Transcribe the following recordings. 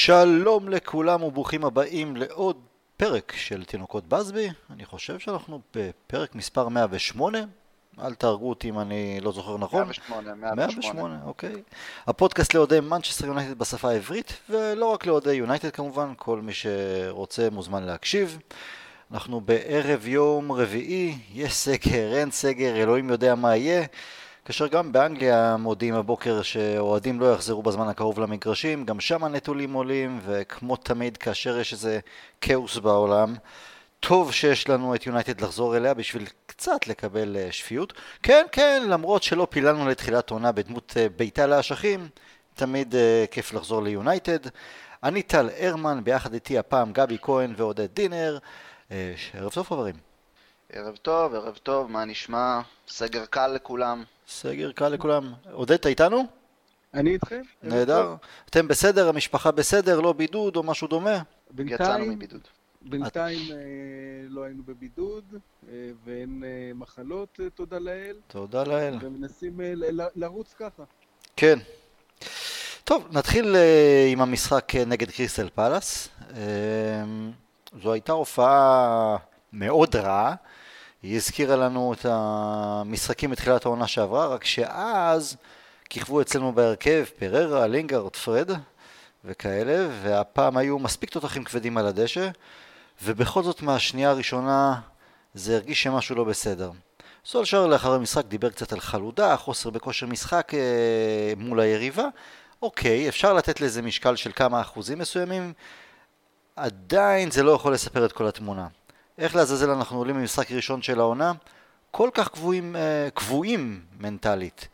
שלום לכולם וברוכים הבאים לעוד פרק של תינוקות בסבי. אני חושב שאנחנו בפרק מספר 108. אל תהרגו אותי אם אני לא זוכר נכון. 108. 108, אוקיי. הפודקאסט לאוהדי מנצ'סטר יונייטד בשפה העברית, ולא רק לאוהדי יונייטד כמובן, כל מי שרוצה מוזמן להקשיב. אנחנו בערב יום רביעי, יש סגר, אין סגר, אלוהים יודע מה יהיה. כאשר גם באנגליה מודיעים הבוקר שאוהדים לא יחזרו בזמן הקרוב למגרשים, גם שם הנתונים עולים, וכמו תמיד כאשר יש איזה כאוס בעולם, טוב שיש לנו את יונייטד לחזור אליה בשביל קצת לקבל שפיות. כן, כן, למרות שלא פיללנו לתחילת עונה בדמות ביתה לאשכים, תמיד כיף לחזור ליונייטד. אני טל הרמן, ביחד איתי הפעם גבי כהן ועודד דינר. ערב טוב חברים. ערב טוב, מה נשמע? סגר קל לכולם. סגר קל לכולם. עודד, אתה איתנו? אני איתכם. נהדר. אתם בסדר? המשפחה בסדר? לא בידוד או משהו דומה? יצאנו מבידוד. בינתיים לא היינו בבידוד ואין מחלות, תודה לאל. תודה לאל. ומנסים לרוץ ככה. כן. טוב, נתחיל עם המשחק נגד קריסטל פלאס. זו הייתה הופעה מאוד רעה. היא הזכירה לנו את המשחקים בתחילת העונה שעברה, רק שאז כיכבו אצלנו בהרכב פררה, לינגארד, פרד וכאלה, והפעם היו מספיק תותחים כבדים על הדשא, ובכל זאת מהשנייה הראשונה זה הרגיש שמשהו לא בסדר. סולשר לאחר המשחק דיבר קצת על חלודה, חוסר בכושר משחק מול היריבה. אוקיי, אפשר לתת לזה משקל של כמה אחוזים מסוימים, עדיין זה לא יכול לספר את כל התמונה. איך לעזאזל אנחנו עולים ממשחק ראשון של העונה? כל כך קבועים מנטלית.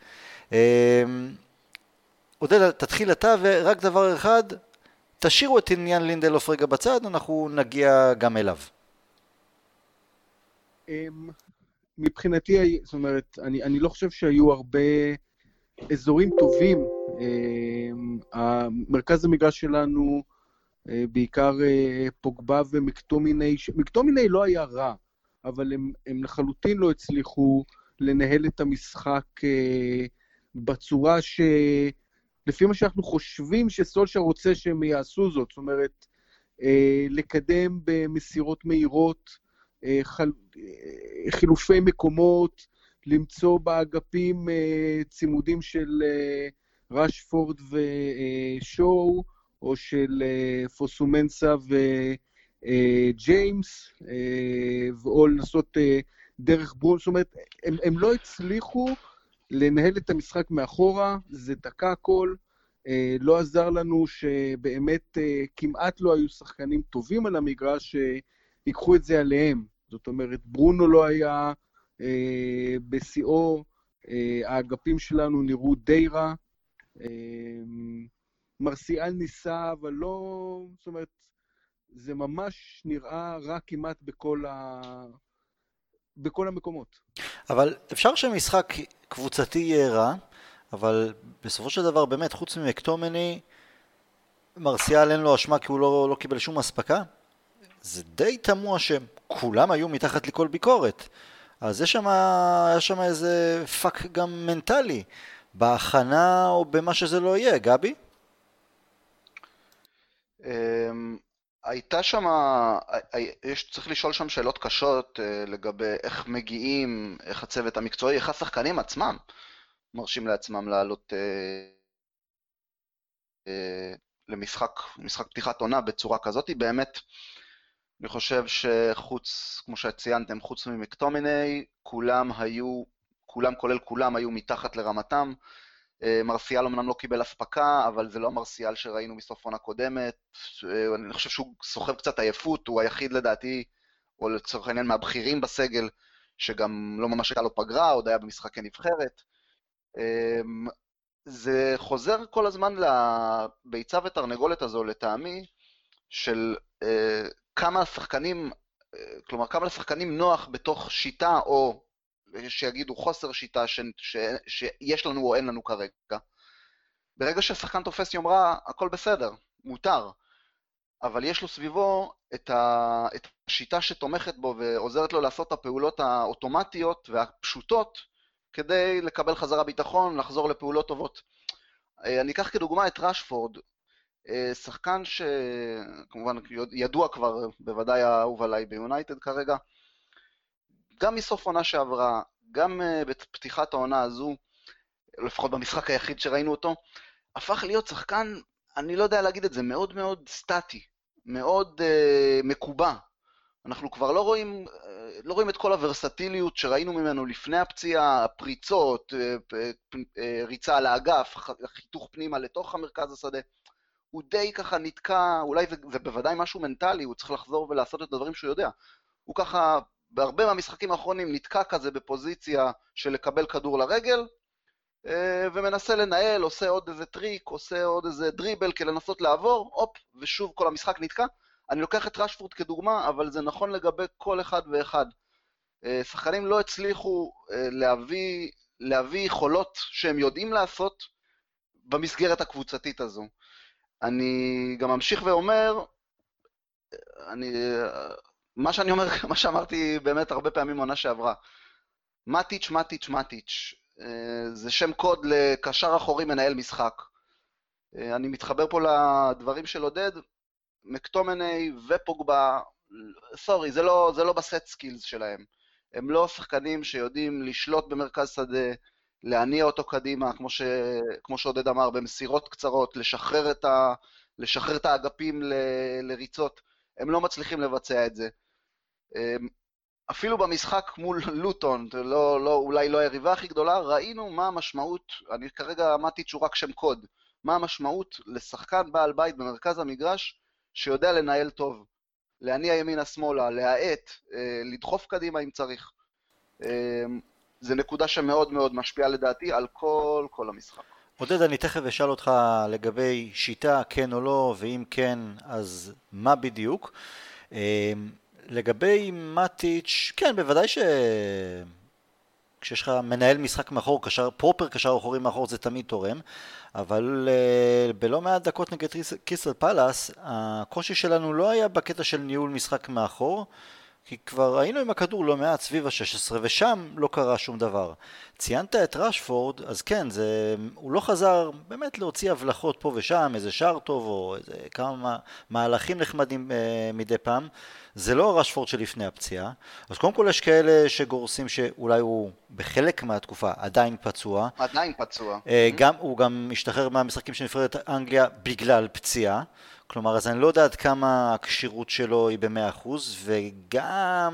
עודד, תתחיל אתה, ורק דבר אחד, תשאירו את עניין לינדלוף רגע בצד, אנחנו נגיע גם אליו. מבחינתי, זאת אומרת, אני לא חושב שהיו הרבה אזורים טובים. המרכז המגרש שלנו, בעיקר פוגבה ומקטומיני, מקטומיני לא היה רע, אבל הם לחלוטין לא הצליחו לנהל את המשחק בצורה שלפי מה שאנחנו חושבים שסולשר רוצה שהם יעשו זאת, זאת אומרת, לקדם במסירות מהירות, חילופי מקומות, למצוא באגפים צימודים של רשפורד ושואו, או של פוסומנסה וג'יימס, או לנסות דרך ברון, זאת אומרת, הם לא הצליחו לנהל את המשחק מאחורה, זה תקע הכל, לא עזר לנו שבאמת כמעט לא היו שחקנים טובים על המגרש שיקחו את זה עליהם, זאת אומרת, ברונו לא היה בשיאו, האגפים שלנו נראו די רע, מרסיאל ניסה, אבל לא, זאת אומרת, זה ממש נראה רע כמעט בכל המקומות. אבל אפשר שמשחק קבוצתי יהיה רע, אבל בסופו של דבר באמת, חוץ ממקטומני, מרסיאל אין לו אשמה כי הוא לא קיבל שום הספקה. זה די תמוה שכולם היו מתחת לכל ביקורת. אז יש שם איזה פאק גם מנטלי, בהכנה או במה שזה לא יהיה, גבי? הייתה שם, צריך לשאול שם שאלות קשות לגבי איך מגיעים, איך הצוות המקצועי, איך השחקנים עצמם מרשים לעצמם לעלות למשחק פתיחת עונה בצורה כזאת. באמת, אני חושב שחוץ, כמו שציינתם, חוץ ממקטומיני, כולם כולל כולם היו מתחת לרמתם. מרסיאל אמנם לא קיבל הספקה, אבל זה לא מרסיאל שראינו מסוף עונה קודמת. אני חושב שהוא סוחב קצת עייפות, הוא היחיד לדעתי, או לצורך העניין מהבכירים בסגל, שגם לא ממש הייתה לו פגרה, עוד היה במשחקי נבחרת. זה חוזר כל הזמן לביצה ותרנגולת הזו, לטעמי, של כמה לשחקנים נוח בתוך שיטה, או שיגידו חוסר שיטה שיש לנו או אין לנו כרגע. ברגע ששחקן תופס יומרה, הכל בסדר, מותר. אבל יש לו סביבו את השיטה שתומכת בו ועוזרת לו לעשות את הפעולות האוטומטיות והפשוטות, כדי לקבל חזרה ביטחון, לחזור לפעולות טובות. אני אקח כדוגמה את רשפורד. שחקן שכמובן ידוע כבר, בוודאי האהוב עליי ביונייטד כרגע, גם מסוף עונה שעברה, גם בפתיחת העונה הזו, לפחות במשחק היחיד שראינו אותו, הפך להיות שחקן, אני לא יודע להגיד את זה, מאוד מאוד סטטי, מאוד מקובע. אנחנו כבר לא רואים את כל הוורסטיליות שראינו ממנו לפני הפציעה, הפריצות, ריצה על האגף, חיתוך פנימה לתוך המרכז השדה. הוא די ככה נתקע, אולי זה בוודאי משהו מנטלי, הוא צריך לחזור ולעשות את הדברים שהוא יודע. הוא ככה, בהרבה מהמשחקים האחרונים נתקע כזה בפוזיציה של לקבל כדור לרגל, ומנסה לנהל, עושה עוד איזה טריק, עושה עוד איזה דריבל כדי לנסות לעבור, הופ, ושוב כל המשחק נתקע. אני לוקח את רשפורד כדוגמה, אבל זה נכון לגבי כל אחד ואחד. שחקנים לא הצליחו להביא יכולות שהם יודעים לעשות במסגרת הקבוצתית הזו. אני גם ממשיך ואומר, מה שאמרתי באמת הרבה פעמים עונה שעברה, מטיץ', זה שם קוד לקשר אחורי מנהל משחק. אני מתחבר פה לדברים של עודד, מקטומני ופוגבה, סורי, זה לא בסט סקילס שלהם. הם לא שחקנים שיודעים לשלוט במרכז שדה, להניע אותו קדימה, כמו שעודד אמר, במסירות קצרות, לשחרר את האגפים לריצות. הם לא מצליחים לבצע את זה. אפילו במשחק מול לוטון, אולי לא היריבה הכי גדולה, ראינו מה המשמעות, אני כרגע אמרתי שהוא רק שם קוד, מה המשמעות לשחקן בעל בית במרכז המגרש, שיודע לנהל טוב, להניע ימינה שמאלה, להאט, לדחוף קדימה אם צריך. זה נקודה שמאוד מאוד משפיעה לדעתי על כל המשחק. עודד, אני תכף אשאל אותך לגבי שיטה, כן או לא, ואם כן, אז מה בדיוק? לגבי מטיץ', כן, בוודאי כשיש לך מנהל משחק מאחור, פרופר קשר אחורי מאחור, זה תמיד תורם, אבל בלא מעט דקות נגד קריסטל פלאס, הקושי שלנו לא היה בקטע של ניהול משחק מאחור, כי כבר היינו עם הכדור לא מעט סביב ה-16, ושם לא קרה שום דבר. ציינת את רשפורד, אז כן, הוא לא חזר באמת להוציא הבלחות פה ושם, איזה שער טוב או איזה כמה מהלכים נחמדים מדי פעם. זה לא רשפורד שלפני הפציעה. אז קודם כל יש כאלה שגורסים שאולי הוא בחלק מהתקופה עדיין פצוע. הוא גם משתחרר מהמשחקים של נבחרת אנגליה בגלל פציעה. כלומר, אז אני לא יודע עד כמה הקשירות שלו היא ב-100%, וגם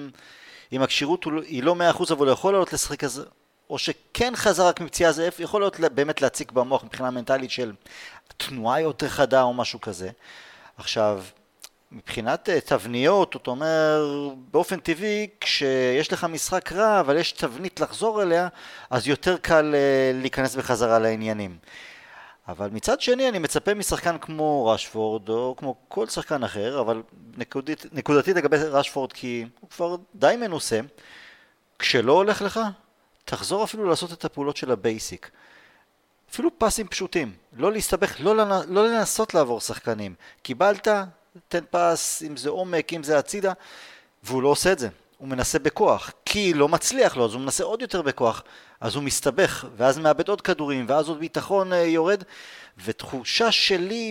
אם הקשירות היא לא 100%, אבל הוא יכול להיות לשחק כזה, או שכן חזר רק מפציעה, זה יכול להיות באמת להציק במוח מבחינה מנטלית של תנועה יותר חדה או משהו כזה. עכשיו, מבחינת תבניות, זאת אומרת, באופן טבעי, כשיש לך משחק רע, אבל יש תבנית לחזור אליה, אז יותר קל להיכנס בחזרה לעניינים. אבל מצד שני אני מצפה משחקן כמו רשפורד או כמו כל שחקן אחר, אבל נקודתית לגבי רשפורד כי הוא כבר די מנוסה, כשלא הולך לך, תחזור אפילו לעשות את הפעולות של הבייסיק. אפילו פסים פשוטים, לא להסתבך, לא לנסות לעבור שחקנים. קיבלת, תן פס, אם זה עומק, אם זה הצידה, והוא לא עושה את זה. הוא מנסה בכוח, כי לא מצליח לו, אז הוא מנסה עוד יותר בכוח, אז הוא מסתבך, ואז מאבד עוד כדורים, ואז עוד ביטחון יורד, ותחושה שלי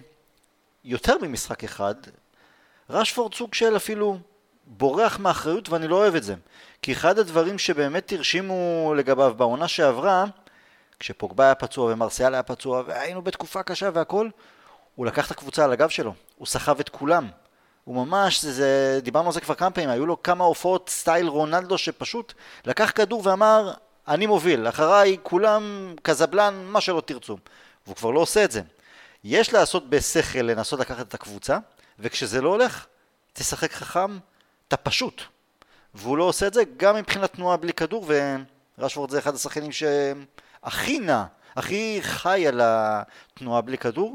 ביותר ממשחק אחד, רשפורד סוג של אפילו בורח מאחריות, ואני לא אוהב את זה, כי אחד הדברים שבאמת תרשימו לגביו בעונה שעברה, כשפוגבה היה פצוע ומרסיאל היה פצוע, והיינו בתקופה קשה והכל, הוא לקח את הקבוצה על הגב שלו, הוא סחב את כולם, הוא ממש, דיברנו על זה כבר כמה פעמים, היו לו כמה הופעות סטייל רונלדו שפשוט לקח כדור ואמר, אני מוביל, אחריי כולם קזבלן, מה שלא תרצו. והוא כבר לא עושה את זה. יש לעשות בשכל לנסות לקחת את הקבוצה, וכשזה לא הולך, תשחק חכם, אתה פשוט. והוא לא עושה את זה גם מבחינת תנועה בלי כדור, ורשפורד זה אחד השחקנים שהכי נע, הכי חי על התנועה בלי כדור.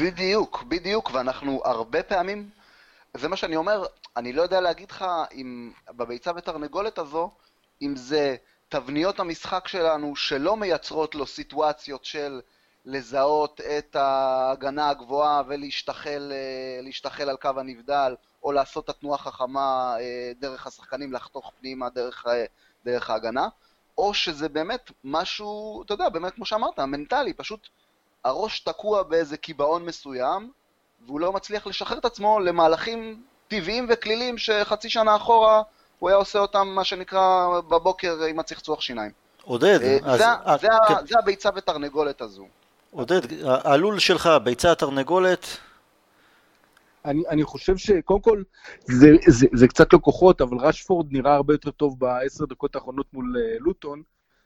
בדיוק, ואנחנו הרבה פעמים, זה מה שאני אומר, אני לא יודע להגיד לך אם בביצה ותרנגולת הזו, אם זה תבניות המשחק שלנו שלא מייצרות לו סיטואציות של לזהות את ההגנה הגבוהה ולהשתחל על קו הנבדל, או לעשות את התנועה חכמה דרך השחקנים לחתוך פנימה דרך ההגנה, או שזה באמת משהו, אתה יודע, באמת כמו שאמרת, מנטלי, פשוט הראש תקוע באיזה קיבעון מסוים, והוא לא מצליח לשחרר את עצמו למהלכים טבעיים וכלילים שחצי שנה אחורה הוא היה עושה אותם, מה שנקרא, בבוקר עם הצחצוח שיניים. עודד, זה הביצה ותרנגולת הזו. עודד, הלול שלך, ביצה התרנגולת? אני חושב שקודם כל, זה קצת לא כוחות, אבל רשפורד נראה הרבה יותר טוב ב10 דקות האחרונות מול לוטון,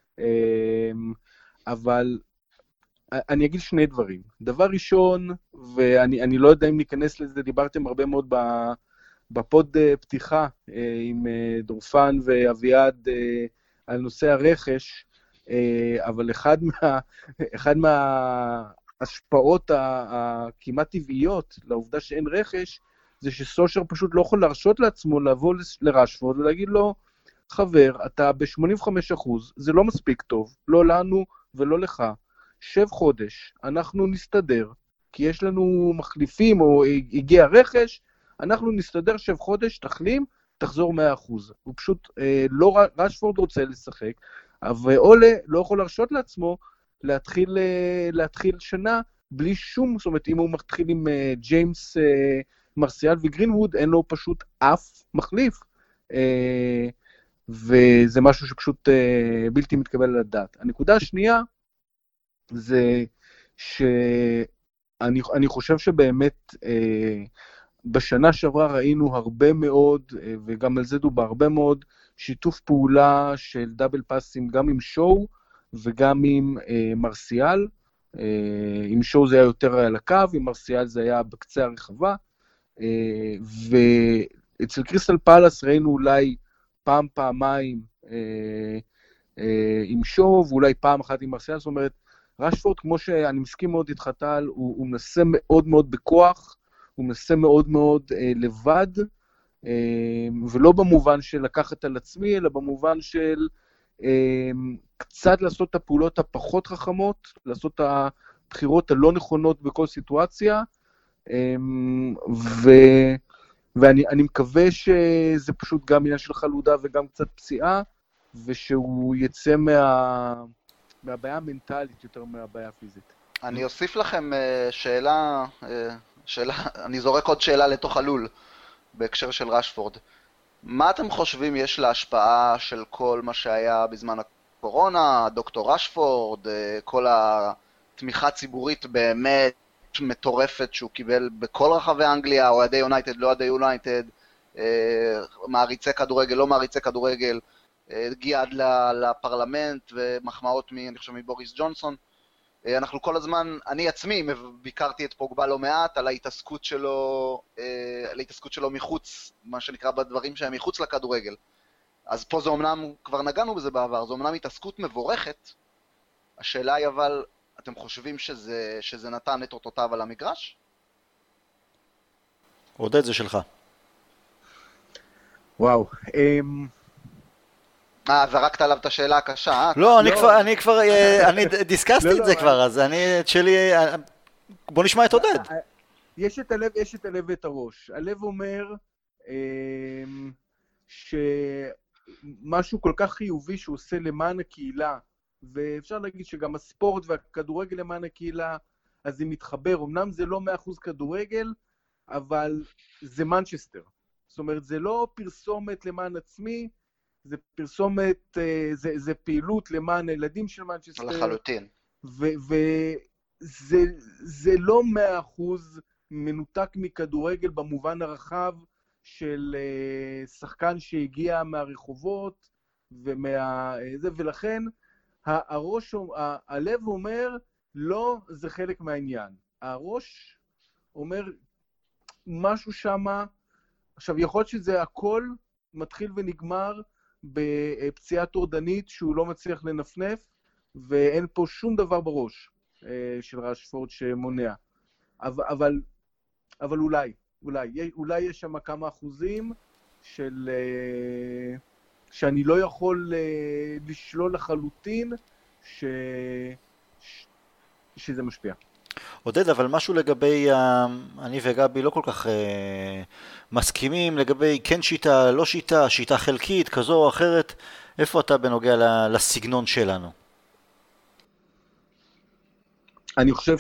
אבל אני אגיד שני דברים. דבר ראשון, ואני לא יודע אם ניכנס לזה, דיברתם הרבה מאוד בפוד פתיחה עם דורפן ואביעד על נושא הרכש, אבל אחד מההשפעות הכמעט טבעיות לעובדה שאין רכש, זה שסושר פשוט לא יכול להרשות לעצמו לבוא לרשפורד ולהגיד לו, חבר, אתה ב-85%, זה לא מספיק טוב, לא לנו ולא לך, שב חודש, אנחנו נסתדר, כי יש לנו מחליפים או הגיע רכש, אנחנו נסתדר, שב חודש, תחלים, תחזור 100%. הוא פשוט לא, רשפורד רוצה לשחק, אבל אולה לא יכול להרשות לעצמו להתחיל שנה בלי שום, זאת אומרת, אם הוא מתחיל עם ג'יימס, מרסיאל וגרינווד, אין לו פשוט אף מחליף. וזה משהו שפשוט בלתי מתקבל על הדעת. הנקודה השנייה, זה שאני חושב שבאמת בשנה שעברה ראינו הרבה מאוד, וגם על זה דובר, הרבה מאוד שיתוף פעולה של דאבל פאסים, גם עם שואו וגם עם מרסיאל. עם שואו זה היה יותר על הקו, עם מרסיאל זה היה בקצה הרחבה, ואצל קריסטל פלאס ראינו אולי פעמיים עם שואו, ואולי פעם אחת עם מרסיאל. זאת אומרת, רשפורד, כמו שאני מסכים מאוד איתך טל, הוא מנסה מאוד מאוד בכוח, הוא מנסה מאוד מאוד לבד, ולא במובן של לקחת על עצמי, אלא במובן של קצת לעשות את הפעולות הפחות חכמות, לעשות את הבחירות הלא נכונות בכל סיטואציה, ואני מקווה שזה פשוט גם עניין של חלודה וגם קצת פציעה, ושהוא יצא מהבעיה המנטלית יותר מהבעיה הפיזית. אני אוסיף לכם שאלה, אני זורק עוד שאלה לתוך הלול, בהקשר של רשפורד. מה אתם חושבים יש להשפעה של כל מה שהיה בזמן הקורונה, דוקטור רשפורד, כל התמיכה הציבורית באמת מטורפת שהוא קיבל בכל רחבי אנגליה, אוהדי יונייטד, לא אוהדי יונייטד, מעריצי כדורגל, לא מעריצי כדורגל, הגיע עד לפרלמנט ומחמאות אני חושב מבוריס ג'ונסון. אנחנו כל הזמן, אני עצמי ביקרתי את פוגבה לא מעט על ההתעסקות שלו מחוץ, מה שנקרא בדברים שהם מחוץ לכדורגל. אז פה זה אומנם, כבר נגענו בזה בעבר, זה אומנם התעסקות מבורכת. השאלה היא אבל, אתם חושבים שזה נתן את אותותיו על המגרש? עודד, זה שלך. וואו, זרקת עליו את השאלה הקשה, לא, אני דיסקסתי את זה כבר, אז אני את שלי, בוא נשמע את עודד. יש את הלב, יש את הלב ואת הראש. הלב אומר שמשהו כל כך חיובי שהוא עושה למען הקהילה, ואפשר להגיד שגם הספורט והכדורגל למען הקהילה, אז זה מתחבר. אמנם זה לא 100% כדורגל, אבל זה מנצ'סטר. זאת אומרת, זה לא פרסומת למען עצמי, זה פרסומת, זה פעילות למען הילדים של מנצ'סטר. לחלוטין. וזה לא 100% מנותק מכדורגל במובן הרחב של שחקן שהגיע מהרחובות ולכן הלב אומר, לא, זה חלק מהעניין. הראש אומר, משהו שמה, עכשיו יכול להיות שזה הכל מתחיל ונגמר בפציעה טורדנית שהוא לא מצליח לנפנף, ואין פה שום דבר בראש של רשפורד שמונע. אבל אולי יש שם כמה אחוזים שאני לא יכול לשלול לחלוטין שזה משפיע. עודד, אבל משהו לגבי, אני וגבי לא כל כך מסכימים לגבי כן שיטה, לא שיטה, שיטה חלקית, כזו או אחרת, איפה אתה בנוגע לסגנון שלנו? אני חושב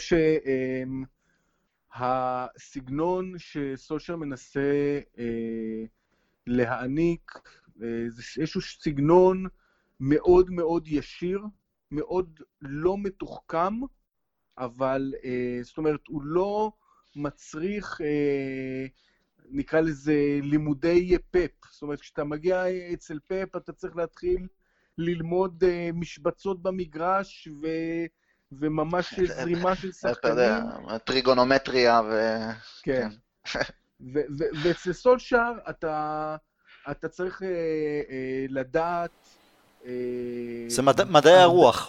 שהסגנון שסולשר מנסה להעניק, זה איזשהו סגנון מאוד מאוד ישיר, מאוד לא מתוחכם, אבל זאת אומרת, הוא לא מצריך, נקרא לזה לימודי פאפ. זאת אומרת, כשאתה מגיע אצל פאפ, אתה צריך להתחיל ללמוד משבצות במגרש וממש זרימה של שחקנים. אתה יודע, טריגונומטריה כן. ואצל סולשר אתה צריך לדעת... זה מדעי הרוח.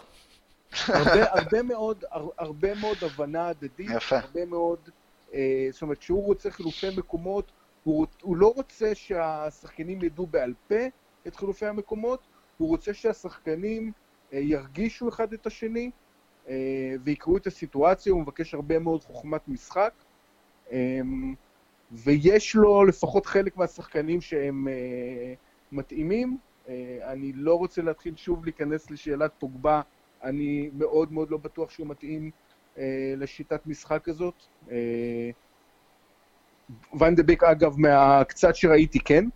הרבה מאוד הבנה הדדית. יפה. הרבה מאוד... זאת אומרת, כשהוא רוצה חילופי מקומות, הוא לא רוצה שהשחקנים ידעו בעל פה את חילופי המקומות, הוא רוצה שהשחקנים ירגישו אחד את השני, ויקראו את הסיטואציה. הוא מבקש הרבה מאוד חוכמת משחק, ויש לו לפחות חלק מהשחקנים שהם מתאימים. אני לא רוצה להתחיל שוב להיכנס לשאלת פוגבה, אני מאוד מאוד לא בטוח שהוא מתאים לשיטת משחק הזאת. ואן דה ביק אגב מהקצת שראיתי כן,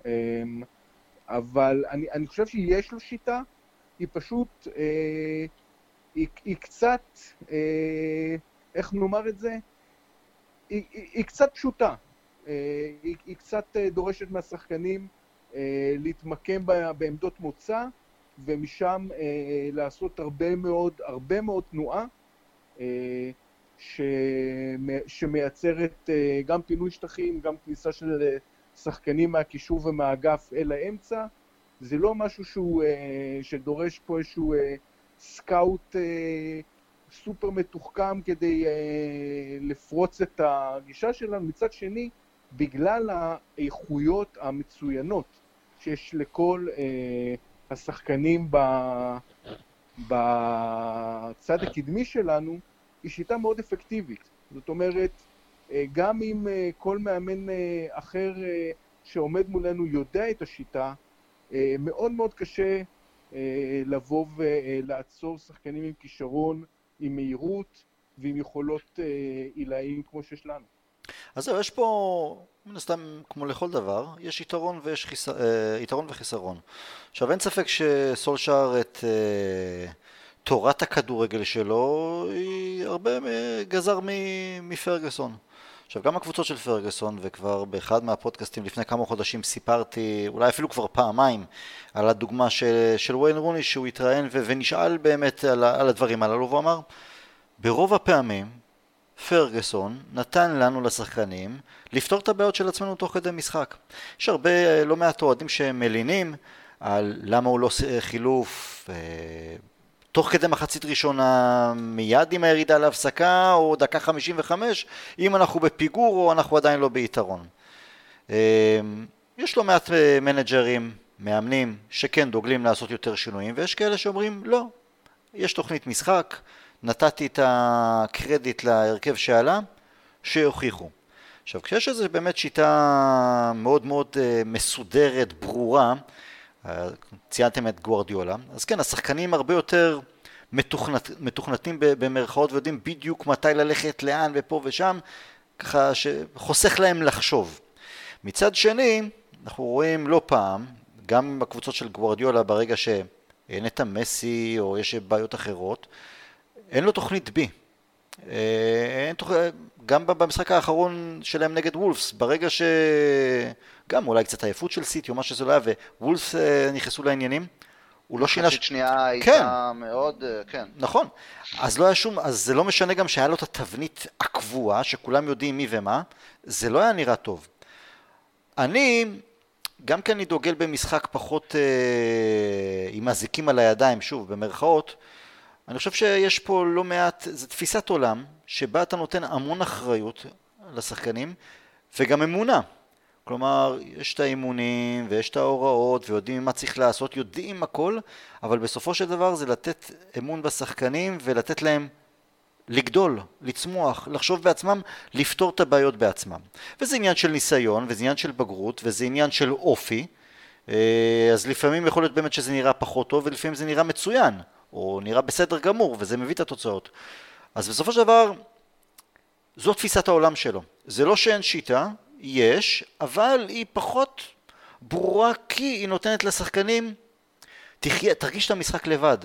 אבל אני חושב שיש לו שיטה, היא פשוט, היא קצת, איך נאמר את זה? היא קצת פשוטה, היא קצת דורשת מהשחקנים להתמקם בעמדות מוצא, ומשם לעשות הרבה מאוד תנועה, שמייצרת גם פינוי שטחים, גם כניסה של שחקנים מהקישור ומהאגף אל האמצע. זה לא משהו שדורש פה איזשהו סקאוט סופר מתוחכם כדי לפרוץ את הגישה שלנו. מצד שני, בגלל האיכויות המצוינות שיש לכל השחקנים בצד הקדמי שלנו, היא שיטה מאוד אפקטיבית. זאת אומרת, גם אם כל מאמן אחר שעומד מולנו יודע את השיטה, מאוד מאוד קשה לבוא ולעצור שחקנים עם כישרון, עם מהירות ועם יכולות עילאיים כמו שיש לנו. אז זהו, יש פה, מן הסתם, כמו לכל דבר, יש יתרון יתרון וחיסרון. עכשיו, אין ספק שסולשר את תורת הכדורגל שלו היא הרבה גזר מפרגוסון. עכשיו, גם הקבוצות של פרגוסון, וכבר באחד מהפודקאסטים לפני כמה חודשים סיפרתי, אולי אפילו כבר פעמיים, על הדוגמה של וויין רוני, שהוא התראיין ונשאל באמת על הדברים הללו, והוא אמר, ברוב הפעמים, פרגוסון נתן לנו לשחקנים לפתור את הבעיות של עצמנו תוך כדי משחק. יש הרבה, לא מעט אוהדים שמלינים על למה הוא לא חילוף תוך כדי מחצית ראשונה מיד עם הירידה להפסקה או דקה 55 אם אנחנו בפיגור או אנחנו עדיין לא ביתרון. יש לא מעט מנג'רים, מאמנים שכן דוגלים לעשות יותר שינויים, ויש כאלה שאומרים לא, יש תוכנית משחק, נתתי את הקרדיט להרכב שעלה, שיוכיחו. עכשיו, כשיש איזו באמת שיטה מאוד מאוד מסודרת, ברורה, ציינתם את גוארדיולה, אז כן, השחקנים הרבה יותר מתוכנתים במרכאות, ויודעים בדיוק מתי ללכת, לאן ופה ושם, ככה שחוסך להם לחשוב. מצד שני, אנחנו רואים לא פעם, גם בקבוצות של גוארדיולה, ברגע שאין את המסי או יש בעיות אחרות, אין לו תוכנית בי. גם במשחק האחרון שלהם נגד וולפס, ברגע שגם אולי קצת העייפות של סיטי או מה שזה לא היה, ווולפס נכנסו לעניינים, הוא לא שינה... מחצית שנייה הייתה מאוד, כן. נכון. אז לא היה שום, אז זה לא משנה גם שהיה לו את התבנית הקבועה, שכולם יודעים מי ומה, זה לא היה נראה טוב. גם כן אני דוגל במשחק פחות עם הזיקים על הידיים, שוב, במרכאות, אני חושב שיש פה לא מעט, זו תפיסת עולם, שבה אתה נותן המון אחריות לשחקנים, וגם אמונה. כלומר, יש את האימונים, ויש את ההוראות, ויודעים מה צריך לעשות, יודעים הכל, אבל בסופו של דבר זה לתת אמון בשחקנים, ולתת להם לגדול, לצמוח, לחשוב בעצמם, לפתור את הבעיות בעצמם. וזה עניין של ניסיון, וזה עניין של בגרות, וזה עניין של אופי, אז לפעמים יכול להיות באמת שזה נראה פחות טוב, ולפעמים זה נראה מצוין. או נראה בסדר גמור, וזה מביא את התוצאות. אז בסופו של דבר, זו תפיסת העולם שלו. זה לא שאין שיטה, יש, אבל היא פחות ברורה, כי היא נותנת לשחקנים, תרגיש את המשחק לבד.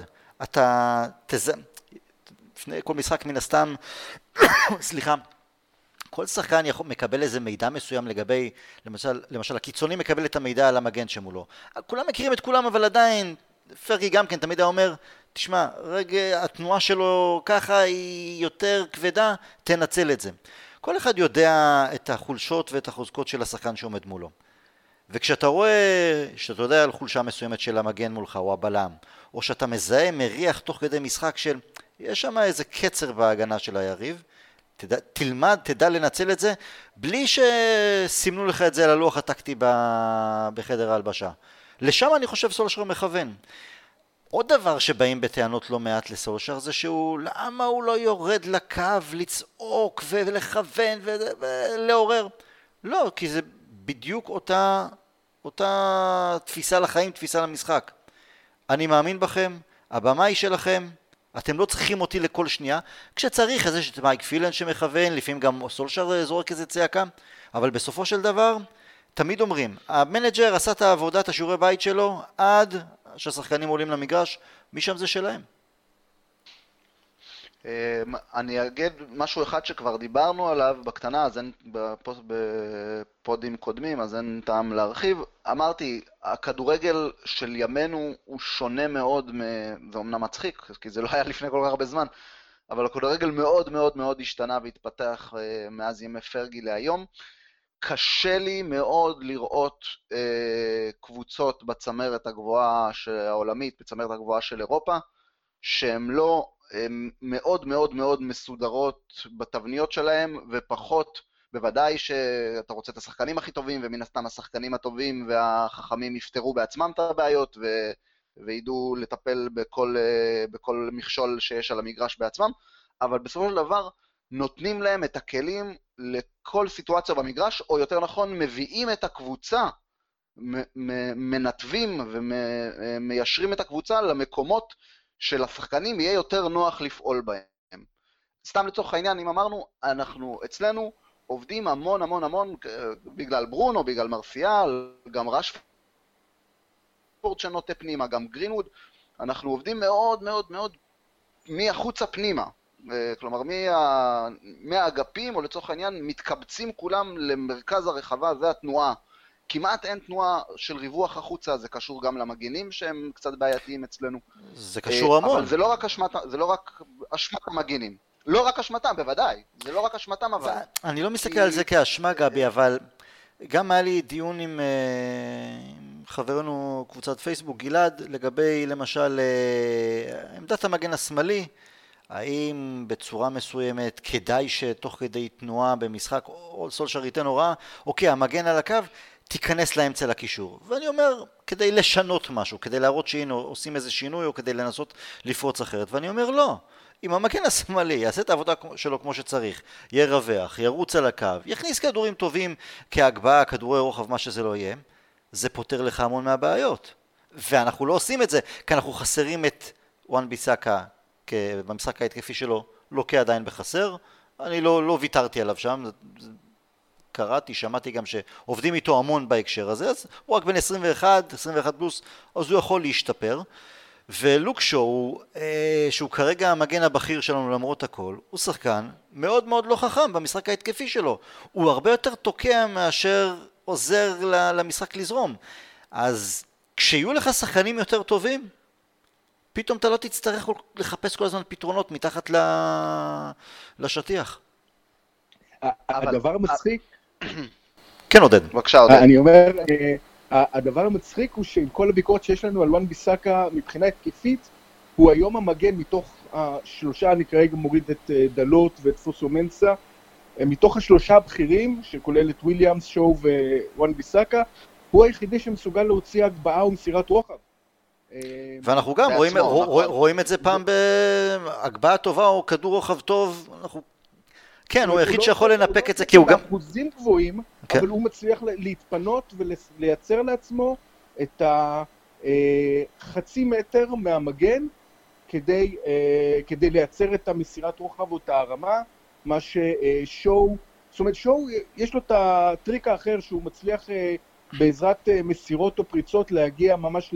לפני כל משחק מן הסתם, סליחה, כל שחקן מקבל איזה מידע מסוים לגבי, למשל הקיצוני מקבל את המידע על המגן שמולו. כולם מכירים את כולם, אבל עדיין, פרגי גם כן תמיד אומר, תשמע, רגע, התנועה שלו ככה היא יותר כבדה, תנצל את זה. כל אחד יודע את החולשות ואת החוזקות של השחקן שעומד מולו. וכשאתה רואה, שאתה יודע על חולשה מסוימת של המגן מולך או הבלם, או שאתה מזהה, מריח תוך כדי משחק של, יש שם איזה קצר בהגנה של היריב, תדע לנצל את זה, בלי שסימנו לך את זה על הלוח הטקטי בחדר ההלבשה. לשם אני חושב סולשר מכוון. עוד דבר שבאים בטענות לא מעט לסולשר זה שהוא, למה הוא לא יורד לקו לצעוק ולכוון ולעורר? לא, כי זה בדיוק אותה תפיסה לחיים, תפיסה למשחק. אני מאמין בכם, הבמה היא שלכם, אתם לא צריכים אותי לכל שנייה, כשצריך אז יש את מייק פילן שמכוון, לפעמים גם סולשר זורק איזה צעקה, אבל בסופו של דבר, תמיד אומרים, המנג'ר עשה את העבודה, את השיעורי בית שלו, עד שהשחקנים עולים למגרש, משם זה שלהם. אני אגיד משהו אחד שכבר דיברנו עליו בקטנה, אז אין בפודים קודמים, אז אין טעם להרחיב. אמרתי, הכדורגל של ימינו הוא שונה מאוד, זה אומנם מצחיק, כי זה לא היה לפני כל כך הרבה זמן, אבל הכדורגל מאוד מאוד מאוד השתנה והתפתח מאז ימי פרגי להיום. קשה לי מאוד לראות קבוצות בצמרת הגבוהה העולמית, בצמרת הגבוהה של אירופה, שהן לא מאוד מאוד מאוד מסודרות בתבניות שלהם, ופחות, בוודאי שאתה רוצה את השחקנים הכי טובים, ומן הסתם השחקנים הטובים והחכמים יפתרו בעצמם את הבעיות, וידעו לטפל בכל מכשול שיש על המגרש בעצמם, אבל בסופו של דבר נותנים להם את הכלים לכל סיטואציה במגרש, או יותר נכון מביאים את הקבוצה, מנתבים ומיישרים את הקבוצה למקומות של השחקנים יהיה יותר נוח לפעול בהם. סתם לצורך העניין, אם אמרנו, אנחנו אצלנו עובדים המון המון המון, בגלל ברונו, בגלל מרסיאל, גם רשפורד שנוטה פנימה, גם גרינווד, אנחנו עובדים מאוד מאוד מאוד מהחוצה פנימה. כלומר, מהאגפים, או לצורך העניין, מתקבצים כולם למרכז הרחבה, זה התנועה. כמעט אין תנועה של ריווח החוצה, זה קשור גם למגינים שהם קצת בעייתיים אצלנו. זה קשור המון. אבל זה לא רק אשמת המגינים. לא רק אשמתם, בוודאי. זה לא רק אשמתם, אבל... אני לא מסתכל על זה כאשמה, גבי, אבל גם היה לי דיון עם חברנו קבוצת פייסבוק, גלעד, לגבי למשל עמדת המגן השמאלי, האם בצורה מסוימת כדאי שתוך כדי תנועה במשחק, או סולשר ייתן הוראה, אוקיי, המגן על הקו, תיכנס לאמצע לקישור. ואני אומר, כדי לשנות משהו, כדי להראות שהנה עושים איזה שינוי, או כדי לנסות לפרוץ אחרת. ואני אומר, לא. אם המגן השמאלי יעשה את העבודה שלו כמו שצריך, ירווח, ירוץ על הקו, יכניס כדורים טובים כהגבהה, כדורי רוחב, מה שזה לא יהיה, זה פותר לך המון מהבעיות. ואנחנו לא עושים את זה, כי אנחנו חסרים את וואן ביסאקה, במשחק ההתקפי שלו, לוקה עדיין בחסר. אני לא ויתרתי עליו שם, קראתי, שמעתי גם שעובדים איתו המון בהקשר הזה, אז הוא רק בין 21 פלוס, אז הוא יכול להשתפר. ולוקשו, שהוא כרגע המגן הבכיר שלנו למרות הכל, הוא שחקן מאוד מאוד לא חכם במשחק ההתקפי שלו. הוא הרבה יותר תוקע מאשר עוזר למשחק לזרום. אז כשיהיו לך שחקנים יותר טובים, פתאום אתה לא תצטרך לחפש כל הזמן פתרונות מתחת לשטיח. הדבר מצחיק... כן, עודד. בבקשה, עודד. אני אומר, הדבר המצחיק הוא שעם כל הביקורת שיש לנו על וואן ביסאקה מבחינה התקפית, הוא היום המגן מתוך השלושה, אני כרגע מוריד את דלות ואת פוסו מנסה, מתוך השלושה הבכירים, שכולל את וויליאמס, שואו ווואן ביסאקה, הוא היחידי שמסוגל להוציא הגבהה ומסירת רוחב. ואנחנו גם רואים את זה פעם בהגבהה טובה או כדור רוחב טוב, כן, הוא היחיד שיכול לנפק את זה, כי הוא גם... באחוזים גבוהים, אבל הוא מצליח להתפנות ולייצר לעצמו את החצי מטר מהמגן, כדי לייצר את המסירת רוחב או את הרמה, מה ששואו, זאת אומרת שואו יש לו את הטריק האחר שהוא מצליח בעזרת מסירות או פריצות להגיע ממש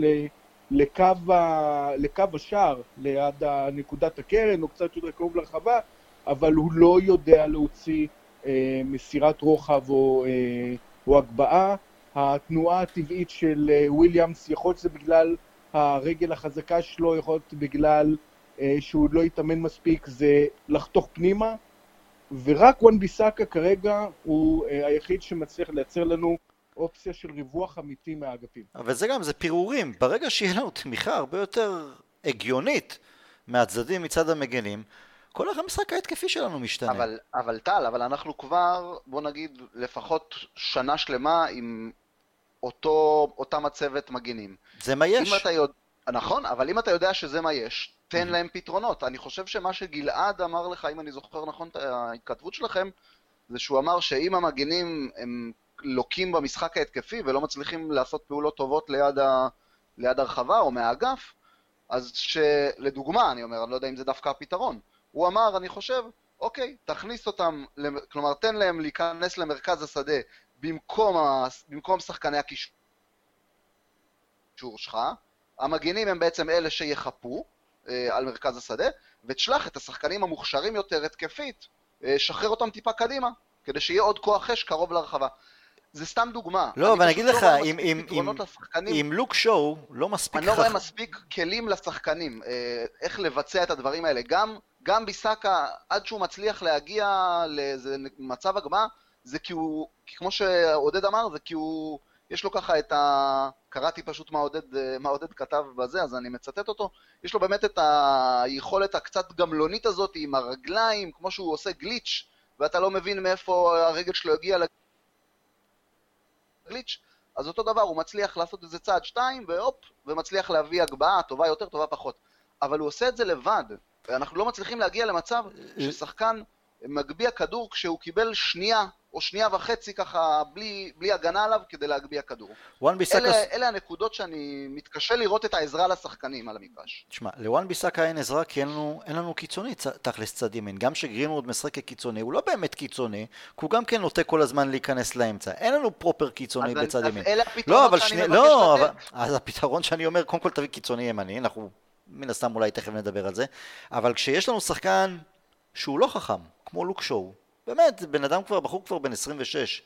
לקו השער, ליד נקודת הקרן או קצת יותר קרוב לרחבה, אבל הוא לא יודע להוציא מסירת רוחב או הגבהה. התנועה הטבעית של וויליאמס יכול להיות שזה בגלל הרגל החזקה שלו, יכול להיות בגלל שהוא לא יתאמן מספיק, זה לחתוך פנימה, ורק וואן ביסאקה כרגע הוא היחיד שמצליח לייצר לנו אופציה של ריווח אמיתי מהאגפים. אבל זה גם, זה פירורים. ברגע שיהיה לנו תמיכה הרבה יותר הגיונית מהצדדים מצד המגנים, כל המשחק ההתקפי שלנו משתנה. אבל טל, אבל אנחנו כבר, בוא נגיד, לפחות שנה שלמה עם אותה מצבת מגנים. זה מה יש. נכון, אבל אם אתה יודע שזה מה יש, תן להם פתרונות. אני חושב שמה שגלעד אמר לך, אם אני זוכר נכון את ההתכתבות שלכם, זה שהוא אמר שאם המגנים הם לוקים במשחק ההתקפי ולא מצליחים לעשות פעולות טובות ליד הרחבה או מהאגף, אז שלדוגמה, אני אומר, אני לא יודע אם זה דווקא הפתרון. הוא אמר, אני חושב, אוקיי, תכניס אותם, כלומר, תן להם להיכנס למרכז השדה במקום שחקני הקישור שלך. המגנים הם בעצם אלה שיחפו על מרכז השדה, ותשלח את השחקנים המוכשרים יותר התקפית, שחרר אותם טיפה קדימה, כדי שיהיה עוד כוח אש קרוב לרחבה. זה סתם דוגמה. לא, אבל אני אגיד לך, עם לוק שואו לא מספיק... אני לא רואה מספיק כלים לשחקנים, איך לבצע את הדברים האלה. גם ביסאקה, עד שהוא מצליח להגיע לאיזה מצב הגבהה, זה כי הוא, כמו שעודד אמר, זה כי הוא, יש לו ככה את קראתי פשוט מה עודד כתב בזה, אז אני מצטט אותו, יש לו באמת את היכולת הקצת גמלונית הזאת עם הרגליים, כמו שהוא עושה גליץ', ואתה לא מבין מאיפה הרגל שלו הגיע לגליץ', אז אותו דבר, הוא מצליח לעשות איזה צעד 2, ומצליח להביא הגבהה, טובה יותר, טובה פחות. אבל הוא עושה את זה לבד, ואנחנו לא מצליחים להגיע למצב ששחקן מגביע כדור כשהוא קיבל שנייה או שנייה וחצי ככה בלי הגנה עליו כדי להגביע כדור. אלה הנקודות שאני מתקשה לראות את העזרה לשחקנים על המגרש. תשמע, לוואן ביסאקה אין עזרה כי אין לנו קיצוני תכלס צד ימין. גם שגרינווד משחק כקיצוני, הוא לא באמת קיצוני, כי הוא גם כן נוטה כל הזמן להיכנס לאמצע. אין לנו פרופר קיצוני בצד ימין. אז אלה הפתרונות שאני מבקש לתת. אז הפתרון שאני אומר, קודם כל תביא קיצוני ימני, אנחנו מן הסתם אולי תכף נדבר על זה, אבל כשיש לנו שחקן שהוא לא חכם, כמו לוק שואו, באמת, בן אדם כבר, בחור כבר בן 26,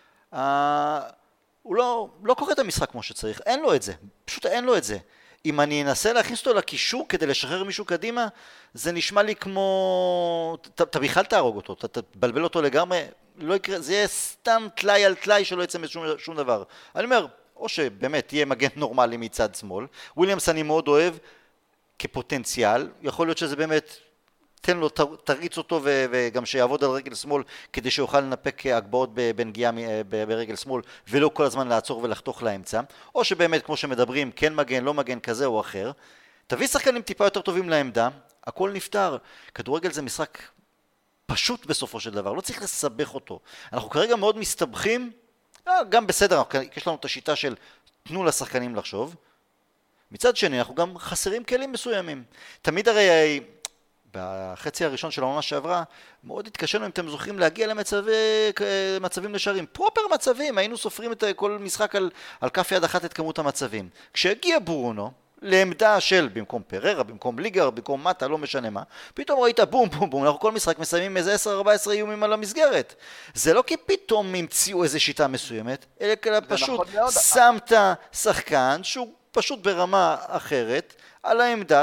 הוא לא קורא את המשחק כמו שצריך, אין לו את זה, פשוט אין לו את זה. אם אני אנסה להכניס אותו לקישור כדי לשחרר מישהו קדימה, זה נשמע לי כמו... אתה בכלל תהרוג אותו, אתה תבלבל אותו לגמרי, לא יקרה, זה יהיה סתם תלאי על תלאי שלא יצא משום דבר. אני אומר, או שבאמת תהיה מגן נורמלי מצד שמאל, וויליאמס אני מאוד אוהב כפוטנציאל, יכול להיות שזה באמת... תן לו, תריץ אותו וגם שיעבוד על רגל שמאל כדי שיוכל לנפק הגבהות בנגיעה ברגל שמאל ולא כל הזמן לעצור ולחתוך לאמצע, או שבאמת כמו שמדברים כן מגן, לא מגן כזה או אחר, תביא שחקנים טיפה יותר טובים לעמדה, הכל נפתר. כדורגל זה משחק פשוט בסופו של דבר, לא צריך לסבך אותו. אנחנו כרגע מאוד מסתבכים, גם בסדר, יש לנו את השיטה של תנו לשחקנים לחשוב, מצד שני אנחנו גם חסרים כלים מסוימים. תמיד הרי בחצי הראשון של העונה שעברה, מאוד התקשנו אם אתם זוכרים להגיע למצבים לשערים. פרופר מצבים, היינו סופרים את כל משחק על כף יד אחת את כמות המצבים. כשהגיע ברונו, לעמדה של במקום פררה, במקום ליגר, במקום מטה, לא משנה מה, פתאום ראית בום בום בום, אנחנו כל משחק מסיימים איזה 10-14 איומים על המסגרת. זה לא כי פתאום המציאו איזו שיטה מסוימת, אלא פשוט שמת שחקן שהוא פשוט ברמה אחרת על העמדה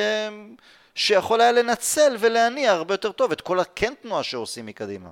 שיכול היה לנצל ולהניע הרבה יותר טוב את כל הכן תנועה שעושים מקדימה.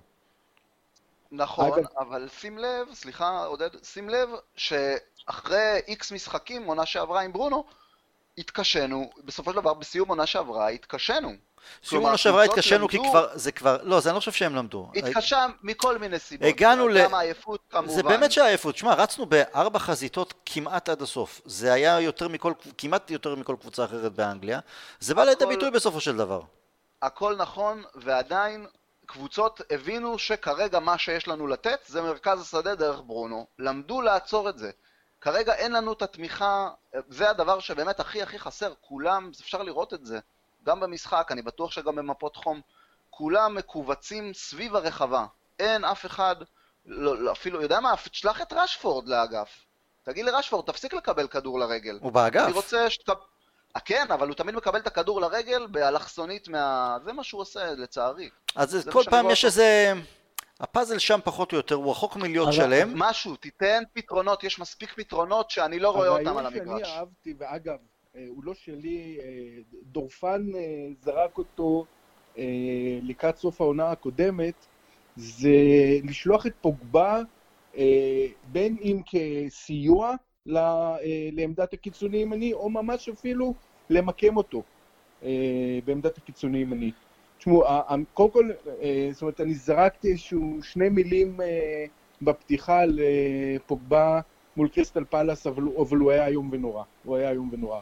נכון, אבל שים לב, סליחה עודד, שים לב שאחרי איקס משחקים עונה שעברה עם ברונו, התקשנו, בסופו של דבר בסיום עונה שעברה התקשנו. סיום עונה שעברה התקשנו כי כבר, זה כבר, לא, זה אני לא חושב שהם למדו. התקשה מכל מיני סיבות. הגענו גם העייפות כמובן. זה באמת שהעייפות, שמה, רצנו ב4 חזיתות כמעט עד הסוף. זה היה כמעט יותר מכל קבוצה אחרת באנגליה. זה בא לידי ביטוי בסופו של דבר. הכל נכון, ועדיין קבוצות הבינו שכרגע מה שיש לנו לתת זה מרכז השדה דרך ברונו. למדו לעצור את זה. כרגע אין לנו את התמיכה, זה הדבר שבאמת הכי חסר, כולם, אפשר לראות את זה. גם במשחק, אני בטוח שגם במפות חום, כולם מקובצים סביב הרחבה. אין אף אחד, לא, אפילו, יודע מה, תשלח את רשפורד לאגף. תגיד לרשפורד, תפסיק לקבל כדור לרגל. הוא באגף. אני רוצה כן, אבל הוא תמיד מקבל את הכדור לרגל באלכסונית זה מה שהוא עושה, לצערי. אז כל פעם יש איזה... הפאזל שם פחות או יותר, הוא רחוק מלהיות שלם. משהו, תיתן פתרונות, יש מספיק פתרונות שאני לא רואה אותם על המגרש. הרעיון שאני אהבתי, ואגב, הוא לא שלי, דורפן זרק אותו לקראת סוף העונה הקודמת, זה לשלוח את פוגבה בין אם כסיוע לעמדת הקיצוני ימני, או ממש אפילו למקם אותו בעמדת הקיצוני ימני. תשמעו, קודם כל, זאת אומרת, אני זרקתי איזשהו 2 מילים בפתיחה לפוגבה מול קריסטל פלאס, אבל הוא היה איום ונורא. הוא היה איום ונורא.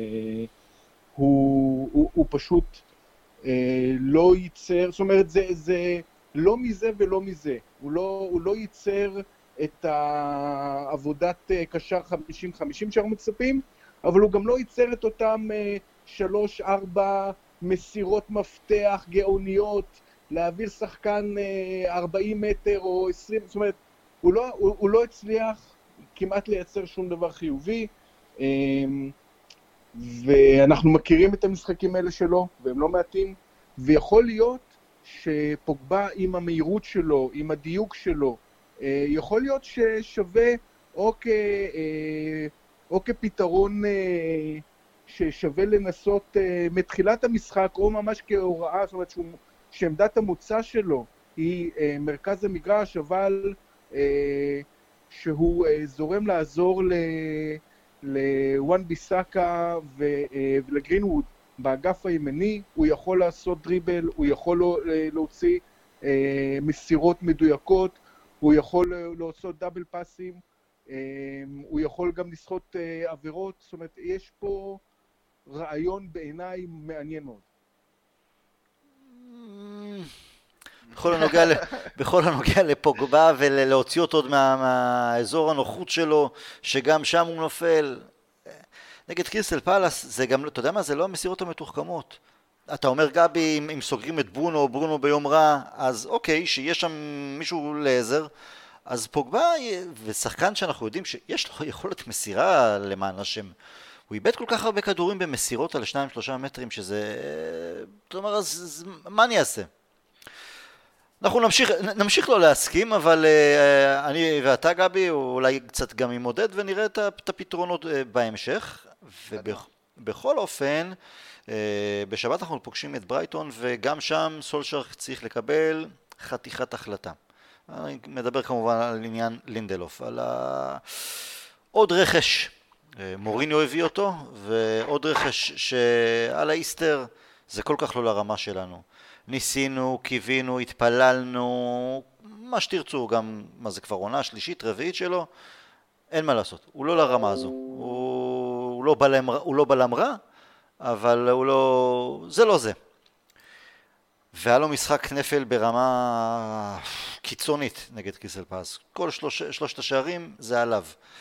הוא פשוט לא ייצר, זאת אומרת, זה לא מזה ולא מזה. הוא לא ייצר את העבודת קשר 50-50 שאנחנו מצפים, אבל הוא גם לא ייצר את אותם 3-4 מסירות מפתח גאוניות, להעביר שחקן 40 מטר או 20, זאת אומרת, הוא לא הצליח כמעט לייצר שום דבר חיובי, ואנחנו מכירים את המשחקים האלה שלו, והם לא מעטים, ויכול להיות שפוגבה עם המהירות שלו, עם הדיוק שלו, יכול להיות ששווה או כפתרון ששווה לנסות מתחילת המשחק, או ממש כהוראה, זאת אומרת שעמדת המוצא שלו היא מרכז המגרש, אבל שהוא זורם לעזור לוואן ביסאקה ולגרינווד באגף הימני, הוא יכול לעשות דריבל, הוא יכול להוציא מסירות מדויקות, הוא יכול לעשות דאבל פאסים, הוא יכול גם לשחות עבירות, זאת אומרת, יש פה רעיון בעיניי מעניין מאוד. בכל הנוגע לפוגבה ולהוציא אותו מהאזור הנוחות שלו, שגם שם הוא נופל. נגד קריסטל פלאס, זה גם, אתה יודע מה, זה לא המסירות המתוחכמות. אתה אומר גבי, אם סוגרים את ברונו ביום רע, אז אוקיי, שיש שם מישהו לעזר, אז פוגבה, ושחקן שאנחנו יודעים שיש לו יכולת מסירה למען השם, הוא איבד כל כך הרבה כדורים במסירות על 2-3 מטרים, שזה, זאת אומרת, אז מה אני אעשה? אנחנו נמשיך לא להסכים, אבל אני ואתה גבי, אולי קצת גם עם עודד, ונראה את הפתרונות בהמשך, ובכל אופן, בשבת אנחנו פוגשים את ברייטון, וגם שם סולשר צריך לקבל חתיכת החלטה. אני מדבר כמובן על עניין לינדלוף, על עוד רכש, מוריניו הביא אותו, ועוד רכש שעל האיסטר זה כל כך לא לרמה שלנו. ניסינו, קיווינו, התפללנו, מה שתרצו, גם מה זה כבר עונה שלישית, רביעית שלו, אין מה לעשות, הוא לא לרמה הזו, הוא לא בלם רע, אבל זה לא זה. והיה לו משחק נפל ברמה קיצונית נגד קריסטל פלאס. כל שלושת השערים זה עליו.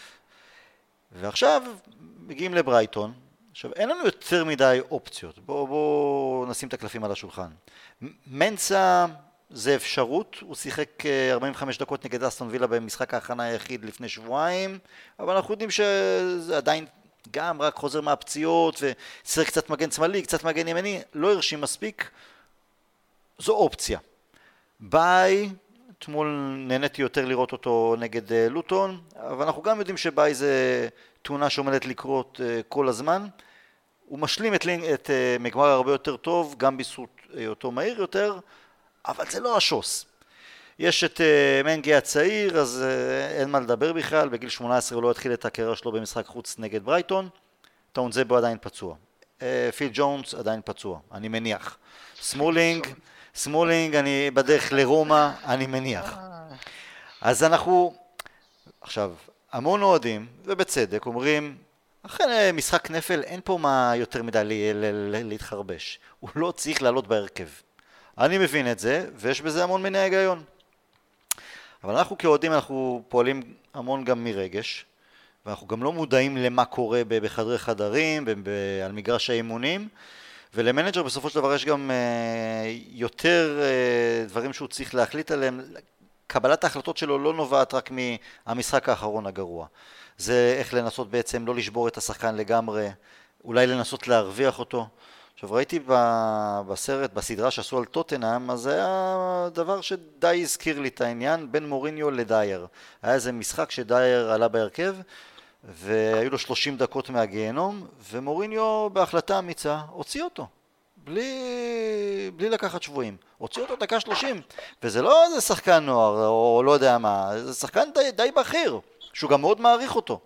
ועכשיו מגיעים לברייטון. עכשיו, אין לנו יותר מדי אופציות. בואו נשים את הקלפים על השולחן. מנסה זה אפשרות. הוא שיחק 45 דקות נגד אסטון וילה במשחק ההכנה היחיד לפני שבועיים. אבל אנחנו יודעים שזה עדיין גם רק חוזר מהפציעות ושיחק קצת מגן שמאלי, קצת מגן ימני. לא הרשים מספיק. זו אופציה. ביי, אתמול נהניתי יותר לראות אותו נגד לוטון, אבל אנחנו גם יודעים שביי זה תאונה שעומדת לקרות כל הזמן. הוא משלים את מגמר הרבה יותר טוב, גם בזכות אותו מהיר יותר, אבל זה לא השוס. יש את מנגי הצעיר, אז אין מה לדבר בכלל, בגיל 18 הוא לא התחיל את הקריירה שלו במשחק חוץ נגד ברייטון, טאונזבו עדיין פצוע. פיל ג'ונס עדיין פצוע, אני מניח. סמולינג, אני בדרך לרומא, אני מניח. אז אנחנו, עכשיו, המון אוהדים, ובצדק, אומרים, אחרי משחק נפל, אין פה מה יותר מדי להתחרבש. הוא לא צריך לעלות בהרכב. אני מבין את זה, ויש בזה המון מני היגיון. אבל אנחנו כאוהדים, אנחנו פועלים המון גם מרגש, ואנחנו גם לא מודעים למה קורה בחדרי חדרים, על מגרש האימונים, ולמנג'ר בסופו של דבר יש גם יותר דברים שהוא צריך להחליט עליהם. קבלת ההחלטות שלו לא נובעת רק מהמשחק האחרון הגרוע. זה איך לנסות בעצם לא לשבור את השחקן לגמרי, אולי לנסות להרוויח אותו. עכשיו ראיתי בסרט, בסדרה שעשו על טוטנהאם, אז זה היה דבר שדי הזכיר לי את העניין בין מוריניו לדייר. היה איזה משחק שדייר עלה בהרכב, והיו לו 30 דקות מהגיהנום, ומוריניו בהחלטה אמיצה הוציא אותו. בלי לקחת שבועים. הוציא אותו דקה 30, וזה לא איזה שחקן נוער, או לא יודע מה, זה שחקן די בכיר, שהוא גם מאוד מעריך אותו.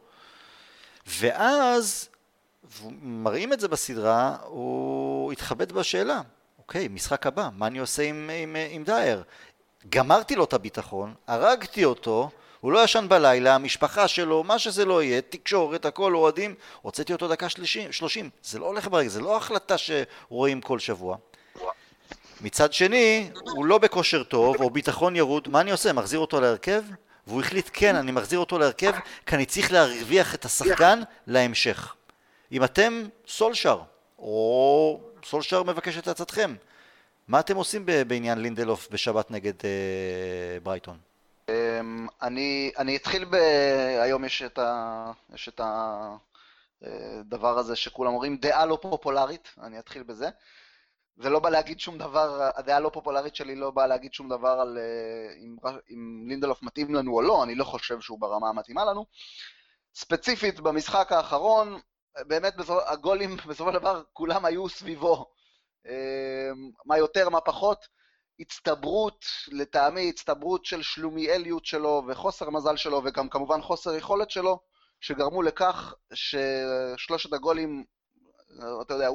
ואז, מראים את זה בסדרה, הוא התחבט בשאלה, אוקיי, משחק הבא, מה אני עושה עם דייר? גמרתי לו את הביטחון, הרגתי אותו, הוא לא ישן בלילה, המשפחה שלו, מה שזה לא יהיה, תקשורת, הכל, אוהדים, הוצאתי אותו דקה 30. זה לא הולך ברגע, זה לא החלטה שרואים כל שבוע. מצד שני, הוא לא בכושר טוב, או ביטחון ירוד, מה אני עושה? מחזיר אותו להרכב? והוא החליט, כן, אני מחזיר אותו להרכב, כי אני צריך להרוויח את השחקן להמשך. אם אתם סולשר, או סולשר מבקש את הצעתכם, מה אתם עושים בעניין לינדלוף בשבת נגד ברייטון? אני אתחיל היום יש את הדבר הזה שכולם אומרים דעה לא פופולרית, אני אתחיל בזה. זה לא בא להגיד שום דבר, הדעה הלא פופולרית שלי לא באה להגיד שום דבר על אם לינדלוף מתאים לנו או לא, אני לא חושב שהוא ברמה המתאימה לנו. ספציפית במשחק האחרון, באמת הגולים בסופו של דבר כולם היו סביבו, מה יותר מה פחות, הצטברות, לטעמי הצטברות של שלומיאליות שלו וחוסר מזל שלו וגם כמובן חוסר יכולת שלו, שגרמו לכך ששלושת הגולים, אתה יודע,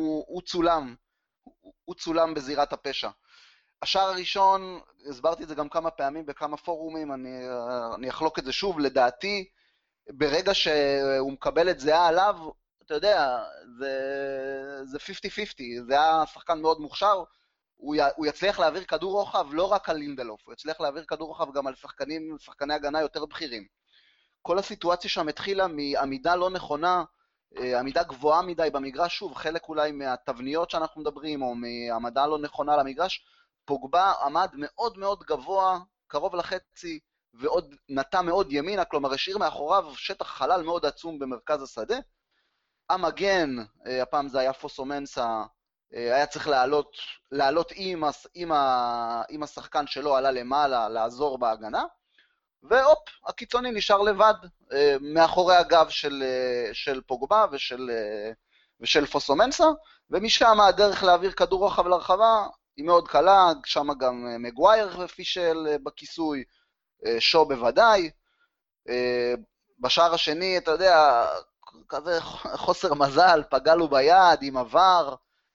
הוא צולם בזירת הפשע. השער הראשון, הסברתי את זה גם כמה פעמים בכמה פורומים, אני אחלוק את זה שוב, לדעתי, ברגע שהוא מקבל את זהה עליו, אתה יודע, זה 50-50, זה היה שחקן מאוד מוכשר, הוא יצליח להעביר כדור רוחב לא רק על לינדלוף, הוא יצליח להעביר כדור רוחב גם על שחקני הגנה יותר בכירים. כל הסיטואציה שם התחילה מעמידה לא נכונה, עמידה גבוהה מדי במגרש, שוב, חלק אולי מהתבניות שאנחנו מדברים, או מעמדה לא נכונה למגרש, פוגבה עמד מאוד מאוד גבוה, קרוב לחצי, ועוד נטה מאוד ימינה, כלומר השאיר מאחוריו שטח חלל מאוד עצום במרכז השדה. המגן, הפעם זה היה פוסומנסה, היה צריך לעלות עם השחקן שלו, עלה למעלה, לעזור בהגנה, והופ, הקיצוני נשאר לבד, מאחורי הגב של פוגבה ושל פוסומנסה, ומשם הדרך להעביר כדור רוחב לרחבה היא מאוד קלה, שם גם מגווייר ופישל בכיסוי, שו בוודאי. בשער השני, אתה יודע, כזה חוסר מזל, פגע לו ביד עם עבר.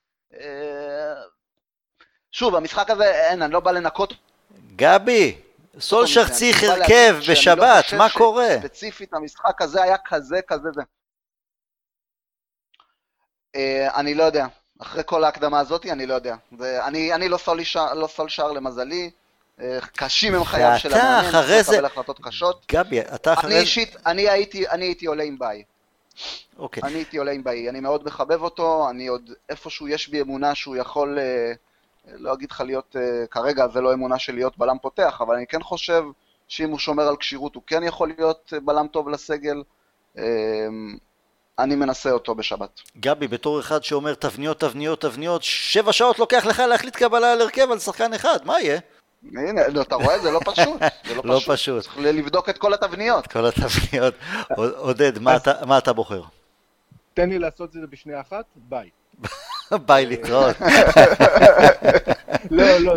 שוב, המשחק הזה, אני לא בא לנקות. גבי, סולשר צריך הרכב בשבת, מה קורה? ספציפית, המשחק הזה היה כזה. אני לא יודע. אחרי כל ההקדמה הזאת, אני לא יודע. אני לא סולשר למזלי. קשים הם חייו של המאמן, צריך לקבל החלטות קשות. גבי, אתה אחרי... אני הייתי עולה עם ביי. אוקיי. אני הייתי עולה עם ביי. אני מאוד מחבב אותו, אני עוד איפשהו יש בי אמונה שהוא יכול... לא אגיד לך להיות, כרגע זה לא אמונה של להיות בלם פותח, אבל אני כן חושב שאם הוא שומר על קשירות, הוא כן יכול להיות בלם טוב לסגל. אני מנסה אותו בשבת. גבי, בתור אחד שאומר תבניות, 7 שעות לוקח לך להחליט קבלה על הרכב על שחקן אחד, מה יהיה? הנה, אתה רואה, זה לא פשוט. לא פשוט. צריך לבדוק את כל התבניות. כל התבניות. עודד, מה אתה בוחר? תן לי לעשות את זה בשנייה אחת, ביי. ביי להתראות. לא,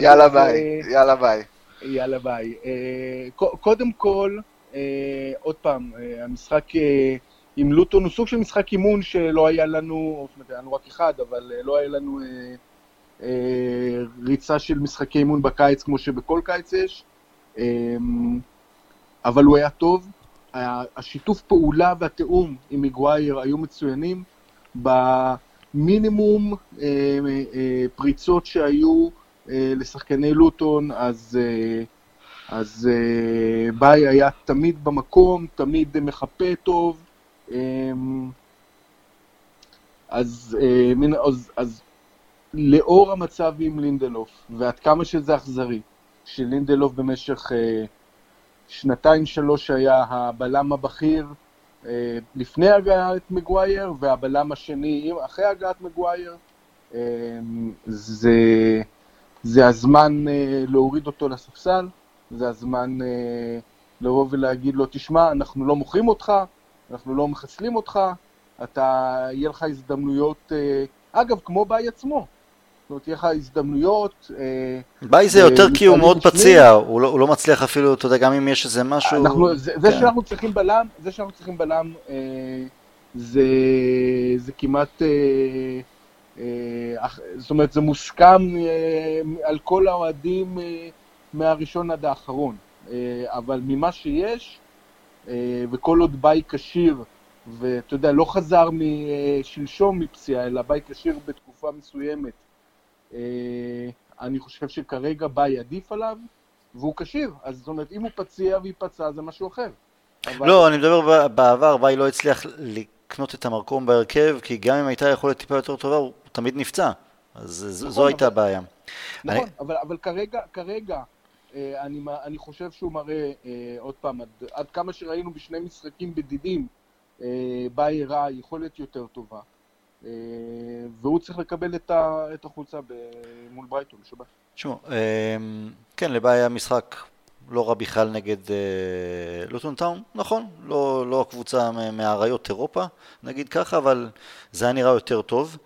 יאללה ביי. קודם כל, עוד פעם, המשחק עם לוטון הוא סוג של משחק אימון שלא היה לנו, זאת אומרת, היה לנו רק אחד, אבל לא היה לנו ריצה של משחקי אימון בקיץ כמו שבכל קיץ יש, אבל הוא היה טוב. השיתוף פעולה והתיאום עם מגווייר היו מצוינים. במינימום פריצות שהיו לשחקני לוטון, אז ביי היה תמיד במקום, תמיד מחפה טוב. אז לאור המצב עם לינדלוף, ועד כמה שזה אכזרי, שלינדלוף במשך 2-3 היה הבלם הבכיר לפני הגעת מגווייר, והבלם השני אחרי הגעת מגווייר, זה הזמן להוריד אותו לספסל, זה הזמן לבוא ולהגיד לו, תשמע, אנחנו לא מוכרים אותך, אנחנו לא מחסלים אותך, יהיה לך הזדמנויות, אגב, כמו ביי עצמו, זאת אומרת, יהיה לך הזדמנויות. ביי זה יותר כי הוא מאוד פציע, הוא לא מצליח אפילו, אתה יודע, גם אם יש איזה משהו. זה שאנחנו צריכים בלם, זה כמעט, זאת אומרת, זה מוסכם על כל האוהדים מהראשון עד האחרון, אבל ממה שיש, וכל עוד ביי קשיר, ואתה יודע, לא חזר שלשום מפציעה, אלא ביי קשיר בתקופה מסוימת, אני חושב שכרגע ביי עדיף עליו, והוא קשיר, אז זאת אומרת, אם הוא פציע ויפצע, זה משהו אחר. לא, אני מדבר בעבר, ביי לא הצליח לקנות את המקום בהרכב, כי גם אם הייתה יכולת טיפה יותר טובה, הוא תמיד נפצע, אז זו הייתה הבעיה. נכון, אבל כרגע, אני חושב שהוא מראה, עוד פעם, עד כמה שראינו בשני משחקים בדידים, ביי הראה יכולת יותר טובה, והוא צריך לקבל את החולצה מול ברייטון בשבת. תשמעו, כן, לביי היה משחק לא רע בכלל נגד לוטון טאון, נכון, לא הקבוצה מהאריות אירופה, נגיד ככה, אבל זה היה נראה יותר טוב.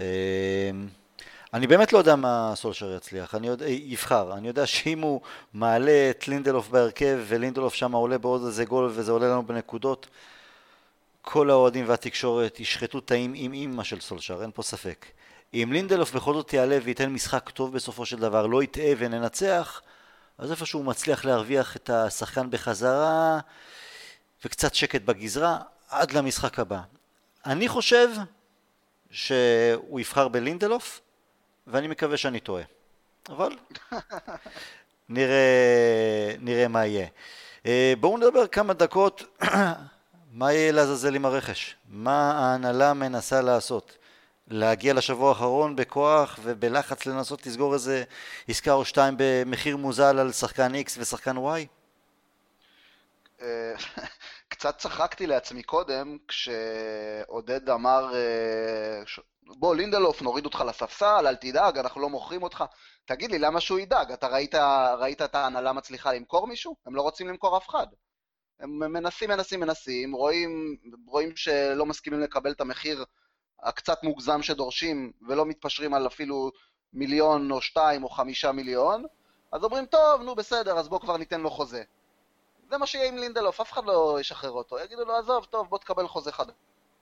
אני באמת לא יודע מה סולשר יצליח, יבחר, אני יודע שאם הוא מעלה את לינדלוף בהרכב, ולינדלוף שם עולה בעוד איזה גול וזה עולה לנו בנקודות, כל האוהדים והתקשורת ישחטו את האמא של סולשר, אין פה ספק. אם לינדלוף בכל זאת יעלה וייתן משחק טוב בסופו של דבר, לא יטעה וננצח, אז איפה שהוא מצליח להרוויח את השחקן בחזרה, וקצת שקט בגזרה, עד למשחק הבא. אני חושב שהוא יבחר בלינדלוף, ואני מקווה שאני טועה. אבל נראה מה יהיה. בואו נדבר כמה דקות, מה יהיה לעזאזל עם הרכש? מה ההנהלה מנסה לעשות? להגיע לשבוע האחרון בכוח ובלחץ לנסות לסגור איזה עסקה או שתיים במחיר מוזל על שחקן X ושחקן Y? קצת צחקתי לעצמי קודם כשעודד אמר בוא לינדלוף נוריד אותך לספסל, אל תדאג, אנחנו לא מוכרים אותך. תגיד לי למה שהוא ידאג? אתה ראית את ההנהלה מצליחה למכור מישהו? הם לא רוצים למכור אף אחד. הם מנסים, רואים שלא מסכימים לקבל את המחיר הקצת מוגזם שדורשים, ולא מתפשרים על אפילו 1,000,000 או 2 או 5 מיליון, אז אומרים, טוב, נו בסדר, אז בוא כבר ניתן לו חוזה. זה מה שיהיה עם לינדלוף, אף אחד לא ישחרר אותו, יגידו לו, עזוב, טוב, בוא תקבל חוזה חדש.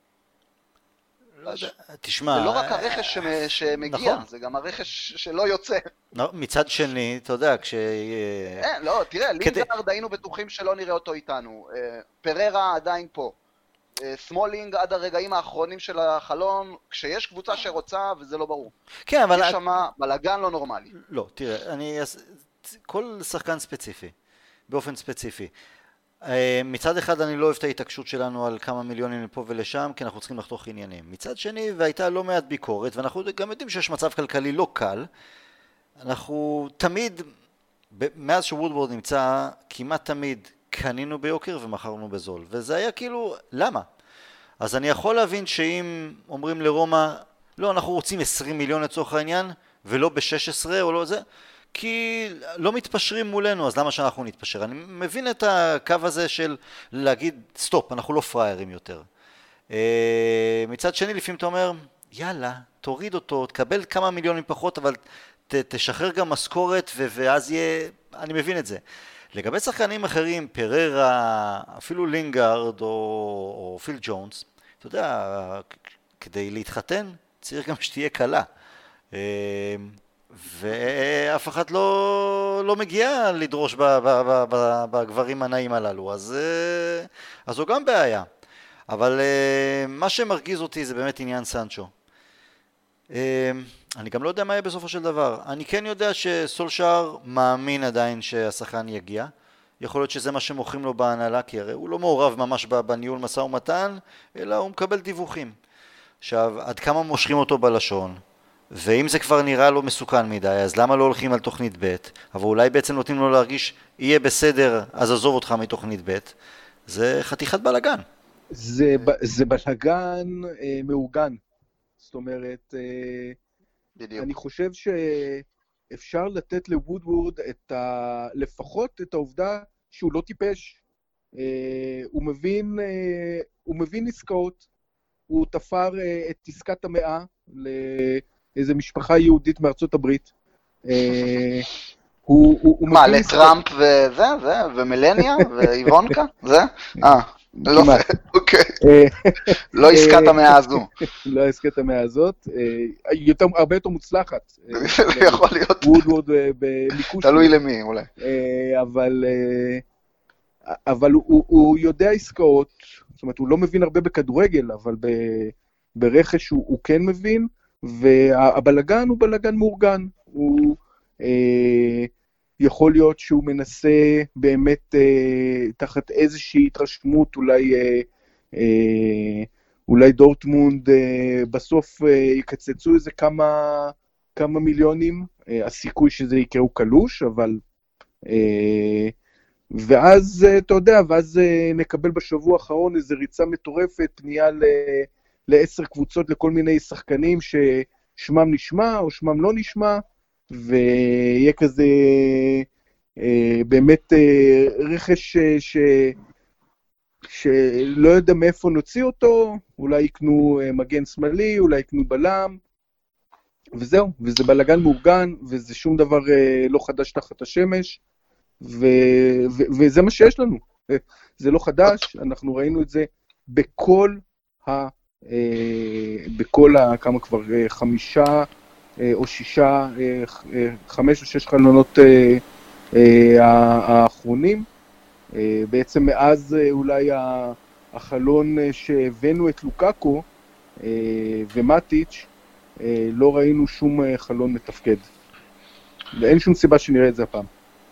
תשמע, זה לא רק הרכש שמגיע, נכון. זה גם הרכש שלא יוצא. מצד שני, אתה יודע, לא, תראה, לינגארד היינו בטוחים שלא נראה אותו איתנו, פררה עדיין פה. סמולינג עד הרגעים האחרונים של החלון, כשיש קבוצה שרוצה וזה לא ברור. כן, אבל... יש שם בלגן לא נורמלי. לא, תראה, כל שחקן ספציפי, באופן ספציפי. מצד אחד אני לא אוהב את ההתעקשות שלנו על כמה מיליונים לפה ולשם, כי אנחנו צריכים לחתוך עניינים. מצד שני, והייתה לא מעט ביקורת, ואנחנו גם יודעים שיש מצב כלכלי לא קל, אנחנו תמיד, מאז שוודוורד נמצא, כמעט תמיד קנינו ביוקר ומכרנו בזול, וזה היה כאילו, למה? אז אני יכול להבין שאם אומרים לרומא, לא, אנחנו רוצים 20 מיליון לצורך העניין, ולא ב-16 או לא זה, כי לא מתפשרים מולנו, אז למה שאנחנו נתפשר? אני מבין את הקו הזה של להגיד, סטופ, אנחנו לא פריירים יותר. מצד שני, לפעמים אתה אומר, יאללה, תוריד אותו, תקבל כמה מיליונים פחות, אבל תשחרר גם משכורת, ואז יהיה, אני מבין את זה. לגבי שחקנים אחרים, פררה, אפילו לינגארד או פיל ג'ונס, אתה יודע, כדי להתחתן צריך גם שתהיה קלה. ואף אחד לא מגיע לדרוש בגברים הנאים הללו, אז זו גם בעיה. אבל מה שמרגיז אותי זה באמת עניין סנצ'ו. אני גם לא יודע מה יהיה בסופו של דבר. אני כן יודע שסולשר מאמין עדיין שהשחקן יגיע. יכול להיות שזה מה שמוכרים לו בהנהלה, כי הרי הוא לא מעורב ממש בניהול משא ומתן, אלא הוא מקבל דיווחים. עכשיו, עד כמה מושכים אותו בלשון? ואם זה כבר נראה לו מסוכן מדי, אז למה לא הולכים על תוכנית ב', אבל אולי בעצם נותנים לו להרגיש, יהיה בסדר, אז עזוב אותך מתוכנית ב', זה חתיכת בלגן. זה בלגן מאורגן. זאת אומרת, בדיוק. אני חושב שאפשר לתת לוודוורד לפחות את העובדה שהוא לא טיפש. הוא מבין עסקאות, הוא תפר את עסקת המאה לאיזו משפחה יהודית מארצות הברית. מה, לטראמפ וזה, ומלניה, ואיבונקה? זה? לא, אוקיי. לא עסקת המאה הזו. לא עסקת המאה הזאת. הרבה יותר מוצלחת. יכול להיות. וודוורד במיקוש. תלוי למי, אולי. אבל הוא יודע עסקאות, זאת אומרת, הוא לא מבין הרבה בכדורגל, אבל ברכש הוא כן מבין, והבלגן הוא בלגן מאורגן. הוא יכול להיות שהוא מנסה באמת תחת איזושהי התרשמות, אולי דורטמונד בסוף יקצצו איזה כמה מיליונים, הסיכוי שזה יקרה הוא קלוש, אבל ואז אתה יודע, ואז נקבל בשבוע האחרון איזו ריצה מטורפת, פנייה ל10 קבוצות לכל מיני שחקנים ששמם נשמע או שמם לא נשמע, ויהיה כזה באמת רכש שלא יודע מאיפה נוציא אותו, אולי יקנו מגן שמאלי, אולי יקנו בלם, וזהו, וזה בלגן מאורגן, וזה שום דבר לא חדש תחת השמש, וזה מה שיש לנו. זה לא חדש, אנחנו ראינו את זה בכל כמה כבר, 5 או 6, 5 או 6 חלונות האחרונים. בעצם מאז אולי החלון שהבאנו את לוקאקו ומטיץ', לא ראינו שום חלון מתפקד. ואין שום סיבה שנראה את זה הפעם.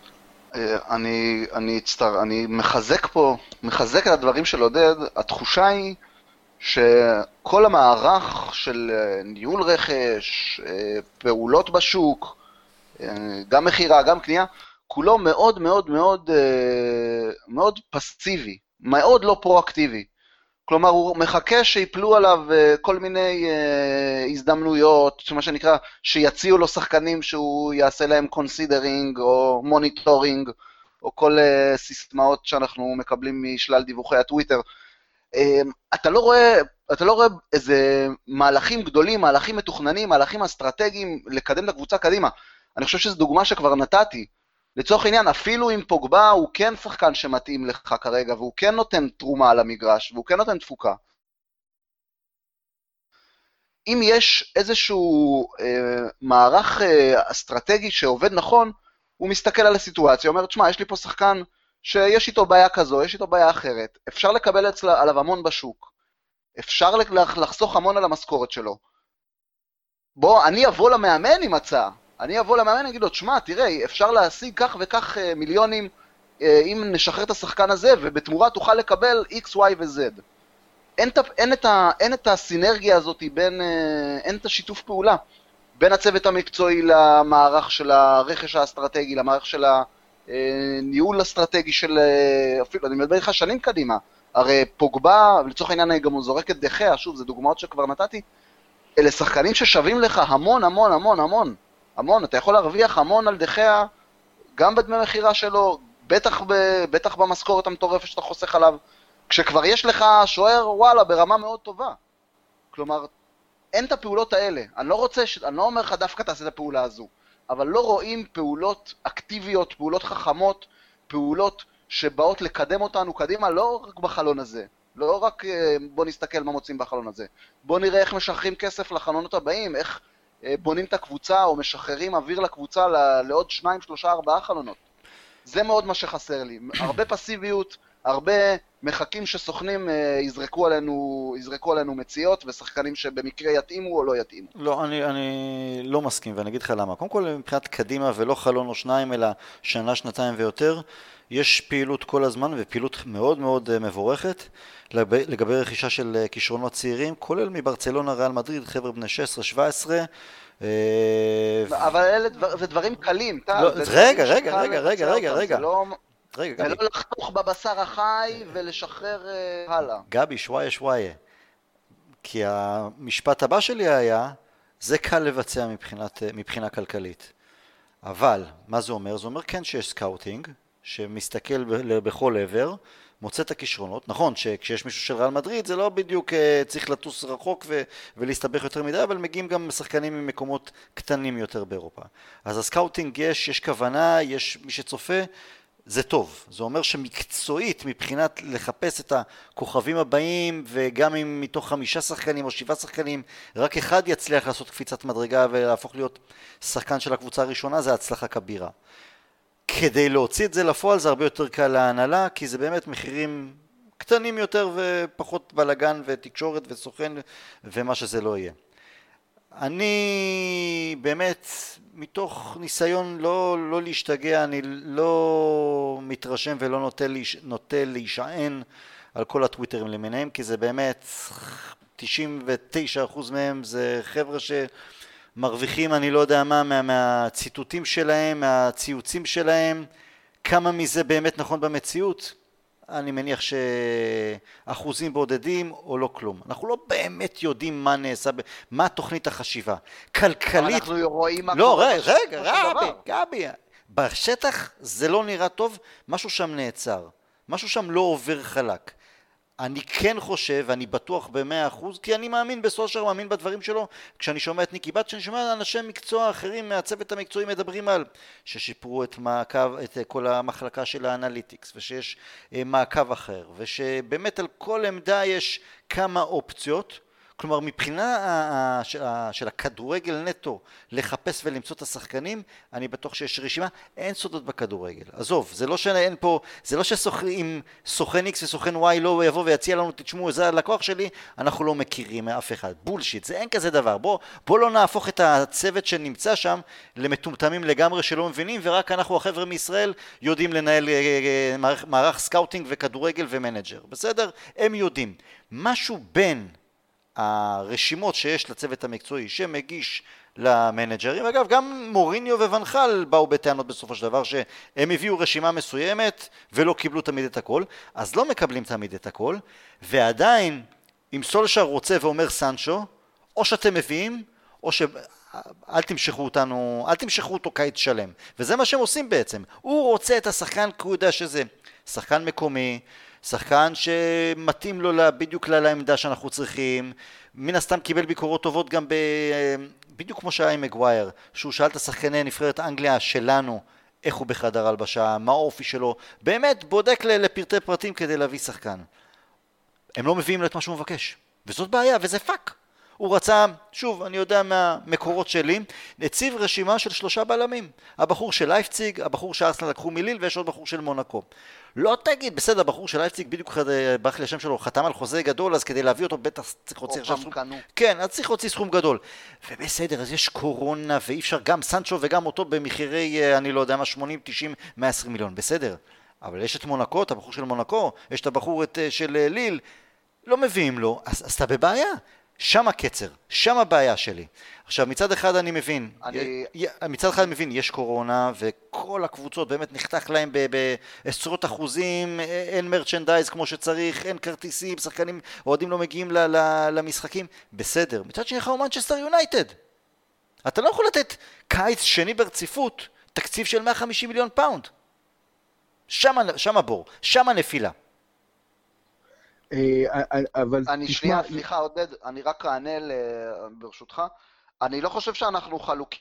אני מחזק את הדברים של עודד. התחושה היא שכל המערך של ניהול רכש, פעולות בשוק, גם מחירה, גם קנייה, כולו מאוד מאוד מאוד מאוד פסיבי, מאוד לא פרואקטיבי. כלומר, הוא מחכה שיפלו עליו כל מיני הזדמנויות, מה שנקרא, שיציעו לו שחקנים שהוא יעשה להם קונסידרינג או מוניטורינג, או כל סיסמאות שאנחנו מקבלים משלל דיווחי הטוויטר. אתה לא רואה איזה מהלכים גדולים, מהלכים מתוכננים, מהלכים אסטרטגיים לקדם את הקבוצה קדימה. אני חושב שזו דוגמה שכבר נתתי. לצורך עניין, אפילו אם פוגבה הוא כן שחקן שמתאים לך כרגע, והוא כן נותן תרומה על המגרש, והוא כן נותן תפוקה. אם יש איזשהו מערך אסטרטגי שעובד נכון, הוא מסתכל על הסיטואציה, אומר, תשמע, יש לי פה שחקן שיש איתו בעיה כזו, יש איתו בעיה אחרת, אפשר לקבל עליו המון בשוק, אפשר לחסוך המון על המשכורת שלו. בוא, אני אבוא למאמן עם הצעה, אני אגיד לו, תשמע, תראה, אפשר להשיג כך וכך מיליונים אם נשחרר את השחקן הזה, ובתמורה תוכל לקבל X, Y ו-Z. אין את הסינרגיה הזאת, אין את השיתוף פעולה בין הצוות המקצועי למערך של הרכש האסטרטגי, למערך של הניהול האסטרטגי של, אפילו, אני מדבר לך שנים קדימה, הרי פוגבה, לצורך העניין גם הוא זורק את דחיה, שוב, זה דוגמאות שכבר נתתי, אלה שחקנים ששווים לך המון, המון, המון, המון. המון, אתה יכול להרוויח המון על דחיה, גם בדמי מחירה שלו, בטח במשכורת המטורפת שאתה חוסך עליו, כשכבר יש לך שוער, וואלה, ברמה מאוד טובה. כלומר, אין את הפעולות האלה. אני לא אומר לך דווקא תעשה את הפעולה הזו, אבל לא רואים פעולות אקטיביות, פעולות חכמות, פעולות שבאות לקדם אותנו קדימה, לא רק בחלון הזה. לא רק בוא נסתכל מה מוצאים בחלון הזה. בוא נראה איך משחררים כסף לחלונות הבאים, איך בונים את הקבוצה או משחררים אוויר לקבוצה לעוד 2, 3, 4 חלונות. זה מאוד מה שחסר לי. הרבה פסיביות, הרבה מחכים שסוכנים יזרקו עלינו מציאות, ושחקנים שבמקרה יתאימו או לא יתאימו. לא, אני לא מסכים, ואני אגיד לך למה. קודם כל, מבחינת קדימה ולא חלון או שניים, אלא שנה, שנתיים ויותר, יש פעילות כל הזמן ופעילות מאוד מאוד מבורכת לגבי רכישה של כישרונות צעירים, כולל מברצלונה, ריאל מדריד, חבר'ה בני 16-17. אבל אלה זה דברים קלים, רגע. זה לא לחתוך בבשר החי ולשחרר הלאה. גבי, שוואיה. כי המשפט הבא שלי היה, זה קל לבצע מבחינה כלכלית. אבל, מה זה אומר? זה אומר כן שיש סקאוטינג, שמסתכל בכל עבר, מוצא את הכישרונות. נכון שכשיש מישהו של ריאל מדריד, זה לא בדיוק צריך לטוס רחוק ולהסתבך יותר מדי, אבל מגיעים גם שחקנים ממקומות קטנים יותר באירופה. אז הסקאוטינג יש כוונה, יש מי שצופה, זה טוב. זה אומר שמקצועית, מבחינת לחפש את הכוכבים הבאים, וגם אם מתוך 5 שחקנים או 7 שחקנים, רק אחד יצליח לעשות קפיצת מדרגה ולהפוך להיות שחקן של הקבוצה הראשונה, זה הצלחה כבירה. כדי להוציא את זה לפועל זה הרבה יותר קל להנהלה, כי זה באמת מחירים קטנים יותר ופחות בלגן ותקשורת וסוכן ומה שזה לא יהיה. אני באמת, מתוך ניסיון לא להשתגע, אני לא מתרשם ולא נוטה להישען על כל הטוויטרים למיניהם, כי זה באמת 99% מהם זה חבר'ה שמרוויחים, אני לא יודע מה, מהציטוטים שלהם, מהציוצים שלהם, כמה מזה באמת נכון במציאות. אני מניח שאחוזים בודדים או לא כלום. אנחנו לא באמת יודעים מה נעשה, מה תוכנית החשיבה. כלכלית... אנחנו רואים מה לא, רגע, גבי. בשטח זה לא נראה טוב, משהו שם נעצר. משהו שם לא עובר חלק. אני כן חושב, ואני בטוח ב100%, כי אני מאמין בסושר, מאמין בדברים שלו. כשאני שומע את ניקי בת, שאני שומע אנשי מקצוע אחרים מהצוות המקצועי מדברים על ששיפרו את כל המחלקה של האנליטיקס, ושיש מעקב אחר, ושבאמת על כל עמדה יש כמה אופציות. כלומר, מבחינה של הכדורגל נטו לחפש ולמצוא את השחקנים, אני בטוח שיש רשימה, אין סודות בכדורגל. עזוב, זה לא שאין פה, זה לא שאם סוכן X וסוכן Y לא יבוא ויציע לנו, תשמעו, זה הלקוח שלי, אנחנו לא מכירים מאף אחד. בולשיט, זה אין כזה דבר. בוא לא נהפוך את הצוות שנמצא שם למטומטמים לגמרי שלא מבינים, ורק אנחנו, החבר'ה מישראל, יודעים לנהל מערך סקאוטינג וכדורגל ומנג'ר. בסדר? הם יודעים. משהו בין הרשימות שיש לצוות המקצועי שמגיש למנג'רים, אגב גם מוריניו וונחל באו בטענות בסופו של דבר שהם הביאו רשימה מסוימת ולא קיבלו תמיד את הכל, אז לא מקבלים תמיד את הכל, ועדיין אם סולשר רוצה ואומר סנצ'ו, או שאתם מביאים או אל תמשכו אותנו, אל תמשכו אותו קיץ שלם, וזה מה שהם עושים בעצם. הוא רוצה את השחקן כי הוא יודע שזה שחקן מקומי, שחקן שמתאים לו בדיוק לעמדה שאנחנו צריכים, מן הסתם קיבל ביקורות טובות גם בדיוק כמו שהיה עם מגווייר, שהוא שאל את השחקני נבחרת אנגליה שלנו, איך הוא בחדר הלבשה, מה האופי שלו, באמת בודק לפרטי פרטים כדי להביא שחקן. הם לא מביאים לו את מה שהוא מבקש, וזאת בעיה, וזה פאק. הוא רצה, שוב, אני יודע מהמקורות שלי, הציב רשימה של 3 בלמים. הבחור של לייפציג, הבחור שארסנל לקחו מליל, ויש עוד בחור של מונקו. לא תגיד, בסדר, הבחור של לייפציג בדיוק ברח לי השם שלו, חתם על חוזה גדול, אז כדי להביא אותו בטח צריך להוציא עכשיו סכום. כן, אז צריך להוציא סכום גדול. ובסדר, אז יש קורונה, ואי אפשר גם סנצ'ו וגם אותו במחירי, אני לא יודע מה, 80, 90, 120 מיליון. בסדר, אבל יש את מונקו, את הבחור של מונקו, יש את הבחור של ליל, לא מביאים לו, אז אתה בבעיה. שם הקצר, שם הבעיה שלי. עכשיו, מצד אחד אני מבין, יש קורונה, וכל הקבוצות באמת נחתך להם בעשרות אחוזים, אין מרצ'נדייז כמו שצריך, אין כרטיסים, שחקנים, אוהדים לא מגיעים למשחקים, בסדר. מצד שני, הוא מנצ'סטר יונייטד. אתה לא יכול לתת קיץ שני ברציפות, תקציב של 150 מיליון פאונד. שם הבור, שם הנפילה. אבל שנייה, סליחה עודד, אני רק אענה ברשותך. אני לא חושב שאנחנו חלוקים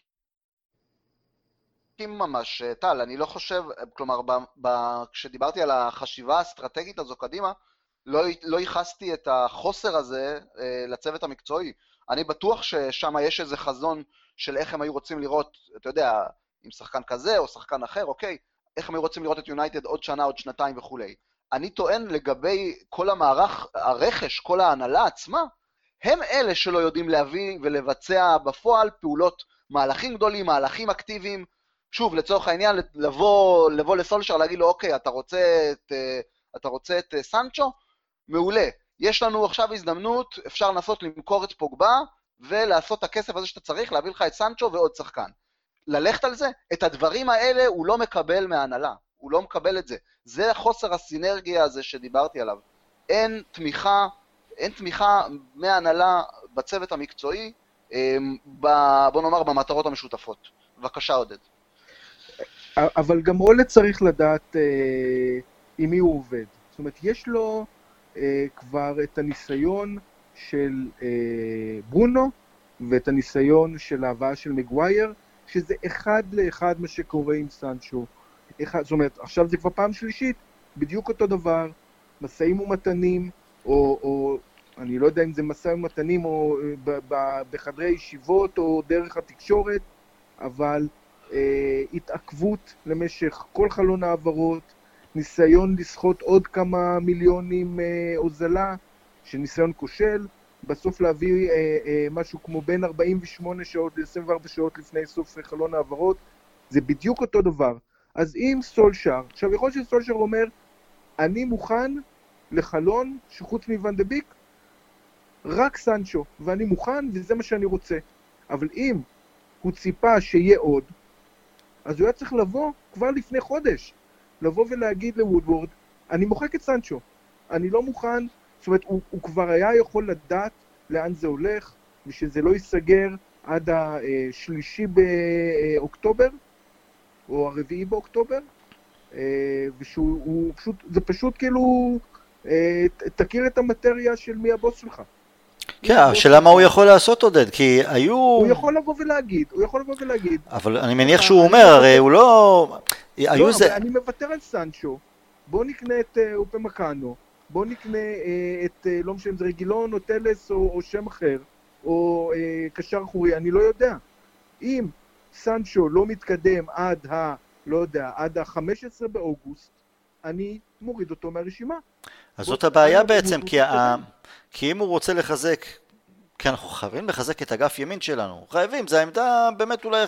ממש, טל, אני לא חושב, כלומר, כשדיברתי על החשיבה האסטרטגית הזו קדימה, לא ייחסתי את החוסר הזה לצוות המקצועי. אני בטוח ששם יש איזה חזון של איך הם היו רוצים לראות, אתה יודע, עם שחקן כזה או שחקן אחר, אוקיי, איך הם היו רוצים לראות את יונייטד עוד שנה, עוד שנתיים וכו'. אני טוען לגבי כל המערך, הרכש, כל ההנהלה עצמה, הם אלה שלא יודעים להביא ולבצע בפועל פעולות, מהלכים גדולים, מהלכים אקטיביים, שוב, לצורך העניין, לבוא לסולשר, להגיד לו, אוקיי, אתה רוצה את סנצ'ו? מעולה. יש לנו עכשיו הזדמנות, אפשר לנסות למכור את פוגבה, ולעשות את הכסף הזה שאתה צריך, להביא לך את סנצ'ו ועוד שחקן. ללכת על זה, את הדברים האלה הוא לא מקבל מההנהלה, הוא לא מקבל את זה. זה חוסר הסינרגיה הזה שדיברתי עליו. אין תמיכה מההנהלה בצוות המקצועי, בוא נאמר במטרות המשותפות. בבקשה עודד. אבל גם אולה צריך לדעת עם מי הוא עובד. זאת אומרת, יש לו כבר את הניסיון של ברונו, ואת הניסיון של ההבאה של מגווייר, שזה אחד לאחד מה שקורה עם סנצ'ו. זאת אומרת, עכשיו זה כבר פעם שלישית, בדיוק אותו דבר, מסעים ומתנים, או אני לא יודע אם זה מסעים ומתנים, או בחדרי ישיבות, או דרך התקשורת, אבל התעכבות למשך כל חלון העברות, ניסיון לסחוט עוד כמה מיליונים הוזלה, שניסיון כושל, בסוף להביא משהו כמו בין 48 שעות ל-24 שעות לפני סוף חלון העברות, זה בדיוק אותו דבר. אז אם סולשר, עכשיו יכול להיות שסולשר אומר, אני מוכן לחלון שחוץ מוון דה ביק, רק סנצ'ו, ואני מוכן וזה מה שאני רוצה. אבל אם הוא ציפה שיהיה עוד, אז הוא היה צריך לבוא כבר לפני חודש, לבוא ולהגיד לוודוורד, אני מוחק את סנצ'ו, אני לא מוכן, זאת אומרת, הוא כבר היה יכול לדעת לאן זה הולך, ושזה לא ייסגר עד השלישי באוקטובר, או הרביעי באוקטובר, ושהוא פשוט, זה פשוט כאילו, תכיר את המטריה של מי הבוס שלך. כן, השאלה מה הוא יכול לעשות עודד, כי היו... הוא יכול לבוא ולהגיד. אבל אני מניח שהוא אומר, הרי הוא לא... לא, אבל אני מוותר על סנצ'ו, בוא נקנה את אופמקאנו, בוא נקנה את, לא משנה אם זה רגילון או טלס או שם אחר, או קשר אחורי, אני לא יודע. אם סנצ'ו לא מתקדם עד ה-15 באוגוסט, אני מוריד אותו מהרשימה. אז זאת הבעיה בעצם, כי אם הוא רוצה לחזק, כי אנחנו חייבים לחזק את אגף ימין שלנו, חייבים, זו העמדה באמת אולי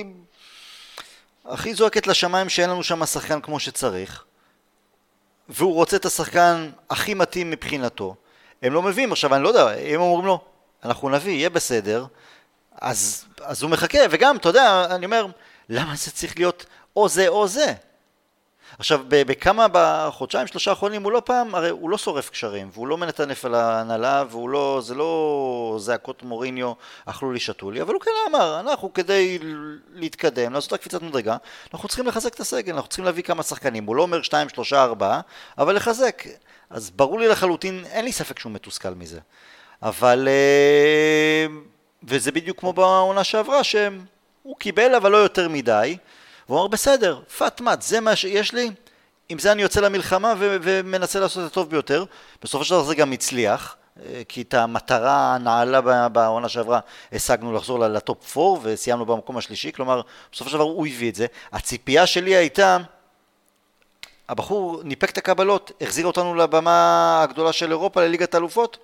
הכי זועקת לשמיים שאין לנו שם שחקן כמו שצריך, והוא רוצה את השחקן הכי מתאים מבחינתו, הם לא מביאים, עכשיו אני לא יודע, הם אומרים לו, אנחנו נביא, יהיה בסדר, אז הוא מחכה, וגם, אתה יודע, אני אומר, למה זה צריך להיות או זה או זה? עכשיו, בכמה בחודשיים, 3 האחרונים, הוא לא פעם, הרי הוא לא שורף קשרים, והוא לא מנטנף על ההנהלה, זה לא זעקות מוריניו, אכלו לי, שתו לי, אבל הוא כן אמר, אנחנו כדי להתקדם, לעשות את הקפיצת מדרגה, אנחנו צריכים לחזק את הסגל, אנחנו צריכים להביא כמה שחקנים, הוא לא אומר 2, 3, 4, אבל לחזק. אז ברור לי לחלוטין, אין לי ספק שהוא מתוסכל מזה. אבל, וזה בדיוק כמו בעונה שעברה, שהוא קיבל, אבל לא יותר מדי, והוא אומר, בסדר, פאטמט, זה מה שיש לי, עם זה אני יוצא למלחמה ומנסה לעשות את הטוב ביותר. בסופו של דבר זה גם הצליח, כי את המטרה הנעלה בעונה שעברה השגנו לחזור לטופ 4 וסיימנו במקום השלישי, כלומר, בסופו של דבר הוא הביא את זה. הציפייה שלי הייתה, הבחור ניפק את הקבלות, החזיר אותנו לבמה הגדולה של אירופה, לליגת האלופות,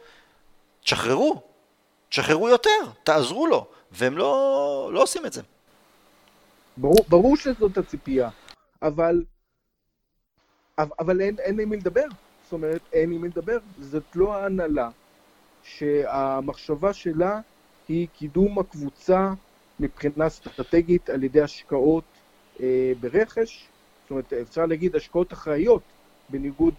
תשחררו יותר, תעזרו לו, והם לא עושים את זה. ברור שזאת הציפייה, אבל אין עם מי לדבר. זאת אומרת, אין עם מי לדבר. זאת לא ההנהלה שהמחשבה שלה היא קידום הקבוצה מבחינה אסטרטגית על ידי השקעות ברכש. זאת אומרת, אפשר להגיד השקעות אחראיות, בניגוד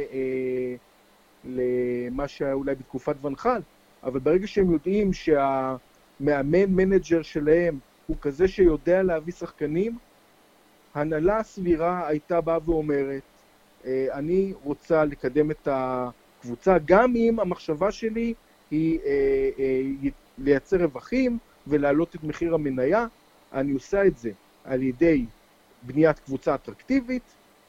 למה שהיה אולי בתקופת ונחל, אבל ברגע שהם יודעים שהמאמן מנג'ר שלהם הוא כזה שיודע להביא שחקנים, הנהלה הסבירה הייתה באה ואומרת, אני רוצה לקדם את הקבוצה, גם אם המחשבה שלי היא לייצר רווחים ולהעלות את מחיר המניה, אני עושה את זה על ידי בניית קבוצה אטרקטיבית,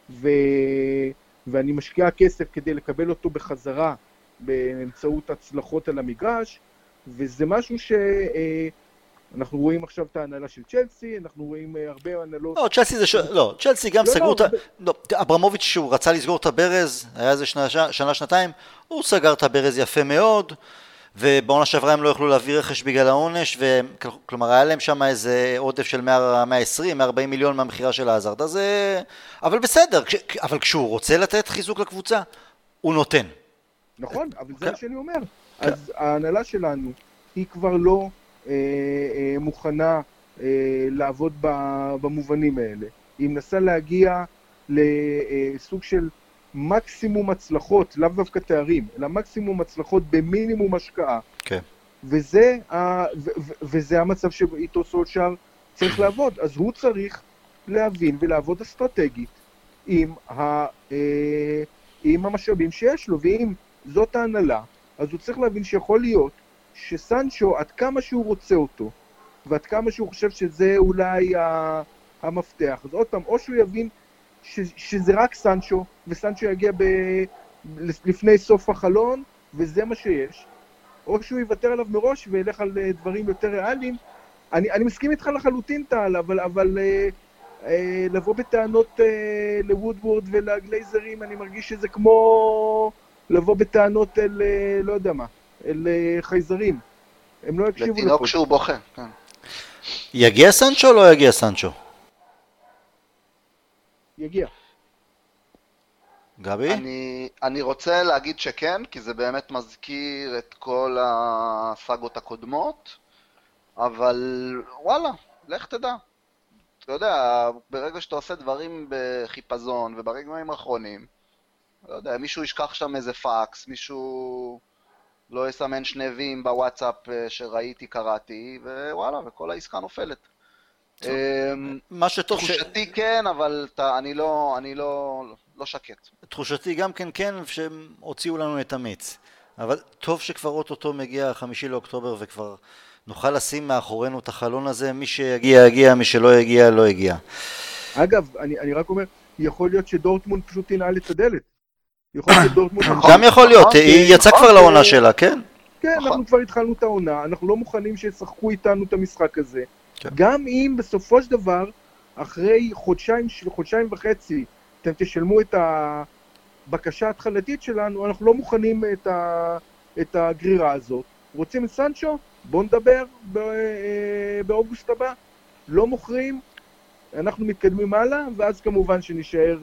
ואני משקיעה כסף כדי לקבל אותו בחזרה באמצעות הצלחות על המגרש, וזה משהו אנחנו רואים עכשיו את ההנהלה של צ'לסי, אנחנו רואים הרבה הנהלות... לא, צ'לסי זה צ'לסי גם סגרו את ה... אברמוביץ' שהוא רצה לסגור את הברז, היה איזה שנה, שנתיים, הוא סגר את הברז יפה מאוד, ובעונה שעברה הם לא יכלו להביא רכש בגלל העונש, כלומר היה להם שם איזה עודף של 120, 140 מיליון מהמחירה של האזרד, אז אבל בסדר, אבל כשהוא רוצה לתת חיזוק לקבוצה, הוא נותן. נכון, אבל זה מה שאני אומר. אז ההנהלה שלנו היא כבר לא מוכנה לעבוד במובנים האלה. היא מנסה להגיע לסוג של מקסימום הצלחות, לאו דווקא תארים, אלא מקסימום הצלחות במינימום השקעה. כן. וזה המצב שאיתו סולשר צריך לעבוד. אז הוא צריך להבין ולעבוד אסטרטגית עם המשאבים שיש לו, ואם זאת ההנהלה, אז הוא צריך להבין שיכול להיות שסנצ'ו, עד כמה שהוא רוצה אותו, ועד כמה שהוא חושב שזה אולי המפתח. אז עוד פעם, או שהוא יבין שזה רק סנצ'ו, וסנצ'ו יגיע לפני סוף החלון, וזה מה שיש, או שהוא יוותר עליו מראש וילך על דברים יותר ריאליים. אני מסכים איתך לחלוטין, טל, אבל לבוא בטענות לוודוורד ולגלייזרים, אני מרגיש שזה כמו לבוא בטענות אל, לא יודע מה, אל חייזרים. הם לא יקשיבו לפוד. לתינוק שהוא בוכה, כן. יגיע סנצ'ו או לא יגיע סנצ'ו? יגיע. גבי? אני רוצה להגיד שכן, כי זה באמת מזכיר את כל הסאגות הקודמות, אבל וואלה, לך תדע. אתה יודע, ברגע שאתה עושה דברים בחיפזון וברגעים האחרונים, לא יודע, מישהו ישכח שם איזה פאקס, מישהו לא יסמן שני ויים בוואטסאפ שראיתי, קראתי, ווואלה, וכל העסקה נופלת. מה שטוב תחושתי כן, אבל אני לא שקט. תחושתי גם כן, שהם הוציאו לנו את המיץ. אבל טוב שכבר אותו מגיע 5 לאוקטובר, וכבר נוכל לשים מאחורינו את החלון הזה, מי שיגיע יגיע, מי שלא יגיע לא יגיע. אגב, אני רק אומר, יכול להיות שדורטמונד פשוט תנעל את הדלת. יכול להיות שדורטמונד... גם יכול להיות, היא יצאה כבר לעונה שלה, כן? כן, אנחנו כבר התחלנו את העונה, אנחנו לא מוכנים שישחקו איתנו את המשחק הזה. גם אם בסופו של דבר, אחרי חודשיים וחצי, אתם תשלמו את הבקשה ההתחלתית שלנו, אנחנו לא מוכנים את הגרירה הזאת. רוצים את סנצ'ו? בואו נדבר באוגוסט הבא. לא מוכרים, אנחנו מתקדמים הלאה, ואז כמובן שנשאר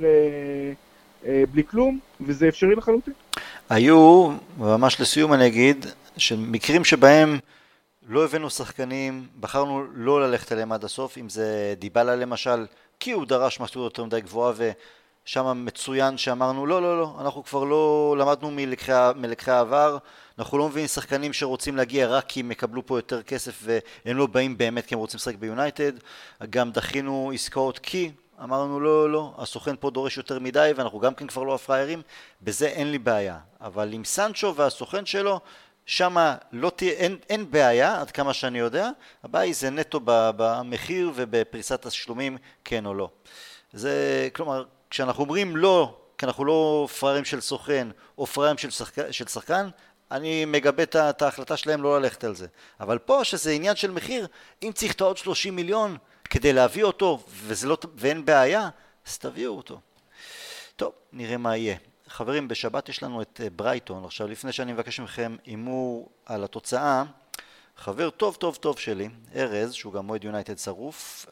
בלי כלום, וזה אפשרי לחלוטין. היו, ממש לסיום אני אגיד, שמקרים שבהם לא הבאנו שחקנים, בחרנו לא ללכת אליהם עד הסוף, אם זה דיבלה למשל, כי הוא דרש משהו יותר מדי גבוהה, ושם מצוין שאמרנו לא, אנחנו כבר לא למדנו מלקחי העבר, אנחנו לא מביאים שחקנים שרוצים להגיע רק כי הם יקבלו פה יותר כסף, והם לא באים באמת כי הם רוצים לשחק ביונייטד, גם דחינו עסקאות כי אמרנו לא, הסוכן פה דורש יותר מדי, ואנחנו גם כן כבר לא הפריירים, בזה אין לי בעיה, אבל עם סנצ'ו והסוכן שלו, שמה לא תהיה, אין בעיה, עד כמה שאני יודע, הבעיה זה נטו במחיר ובפריסת השלומים, כן או לא. זה, כלומר, כשאנחנו אומרים לא, כי אנחנו לא פריירים של סוכן או פריירים של שחקן, אני מגבה את ההחלטה שלהם לא ללכת על זה. אבל פה שזה עניין של מחיר, אם צריך את עוד 30 מיליון כדי להביא אותו ואין בעיה, אז תביאו אותו. טוב, נראה מה יהיה. חברים, בשבת יש לנו את ברייטון. עכשיו, לפני שאני מבקש מכם אימור על התוצאה, חבר טוב שלי, ארז, שהוא גם מועד יונייטד שרוף,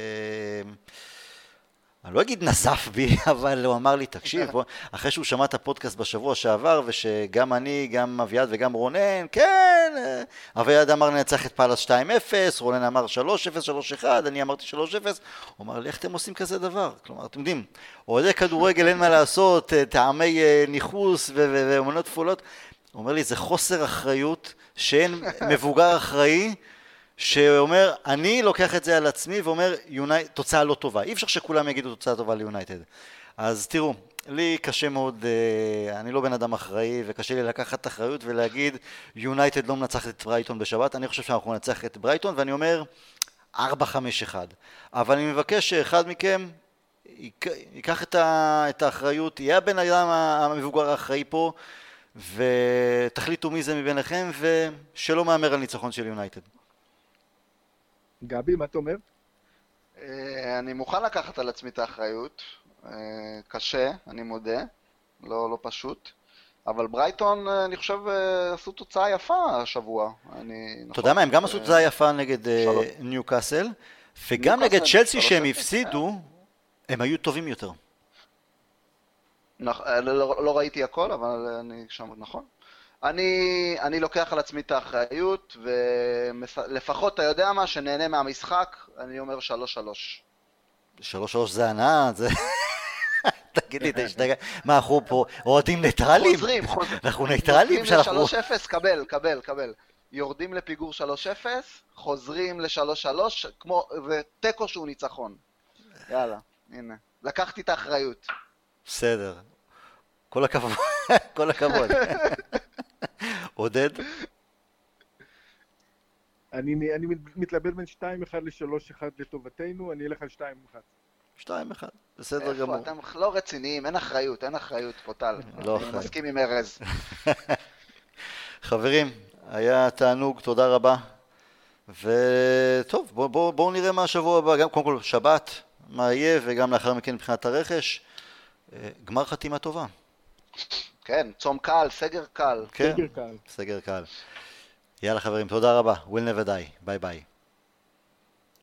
אני לא אגיד נזף בי, אבל הוא אמר לי, תקשיב, אחרי שהוא שמע את הפודקאסט בשבוע שעבר, ושגם אני, גם אביעד וגם רונן, כן, אביעד אמר נצח את פאלאס 2-0, רונן אמר 3-0, 3-1, אני אמרתי 3-0, הוא אמר לי, איך אתם עושים כזה דבר? כלומר, אתם יודעים, אוהדי כדורגל אין מה לעשות, טעמי ניחוס ואמונות תפולות, הוא אומר לי, זה חוסר אחריות, שאין מבוגר אחראי, שאומר, אני לוקח את זה על עצמי ואומר, תוצאה לא טובה. אי אפשר שכולם יגידו תוצאה טובה ליונייטד. אז תראו, לי קשה מאוד, אני לא בן אדם אחראי, וקשה לי לקחת אחריות ולהגיד, יונייטד לא מנצחת את ברייטון בשבת, אני חושב שאנחנו ננצח את ברייטון, ואני אומר, 4-5-1. אבל אני מבקש שאחד מכם ייקח את האחריות, יהיה הבן אדם המבוגר האחראי פה, ותחליטו מי זה מביניכם, ושלא מאמר על ניצחון של יונייטד. גבי, מה אתה אומר? אני מוכן לקחת על עצמי את האחריות, קשה, אני מודה, לא פשוט, אבל ברייטון, אני חושב, עשו תוצאה יפה השבוע. אתה יודע מה, הם גם עשו תוצאה יפה נגד ניוקאסל, וגם נגד צ'לסי שהם הפסידו, הם היו טובים יותר. לא ראיתי הכל, אבל אני שם, נכון. אני לוקח על עצמי את האחריות, ולפחות אתה יודע מה, שנהנה מהמשחק, אני אומר 3-3. 3-3 זה הנאה, זה... תגיד לי, מה, אנחנו פה אוהדים ניטרלים? חוזרים. אנחנו ניטרלים שאנחנו... ל-3-0, קבל. יורדים לפיגור 3-0, חוזרים ל-3-3, כמו, וטקו שהוא ניצחון. יאללה, הנה. לקחתי את האחריות. בסדר. כל הכבוד. כל הכבוד. עודד? אני מתלבט בין 2-1 ל-3-1 לטובתנו, אני אלך על 2-1. 2-1, בסדר גמור. איפה, אתם לא רציניים, אין אחריות פה טל. לא אני מסכים עם ארז. חברים, היה תענוג, תודה רבה. וטוב, בואו נראה מה השבוע הבא, גם קודם כל שבת, מה יהיה, וגם לאחר מכן מבחינת הרכש. גמר חתימה טובה. כן, צום קל, סגר קל. כן, סגר קל. יאללה חברים, תודה רבה. We'll never die. ביי ביי.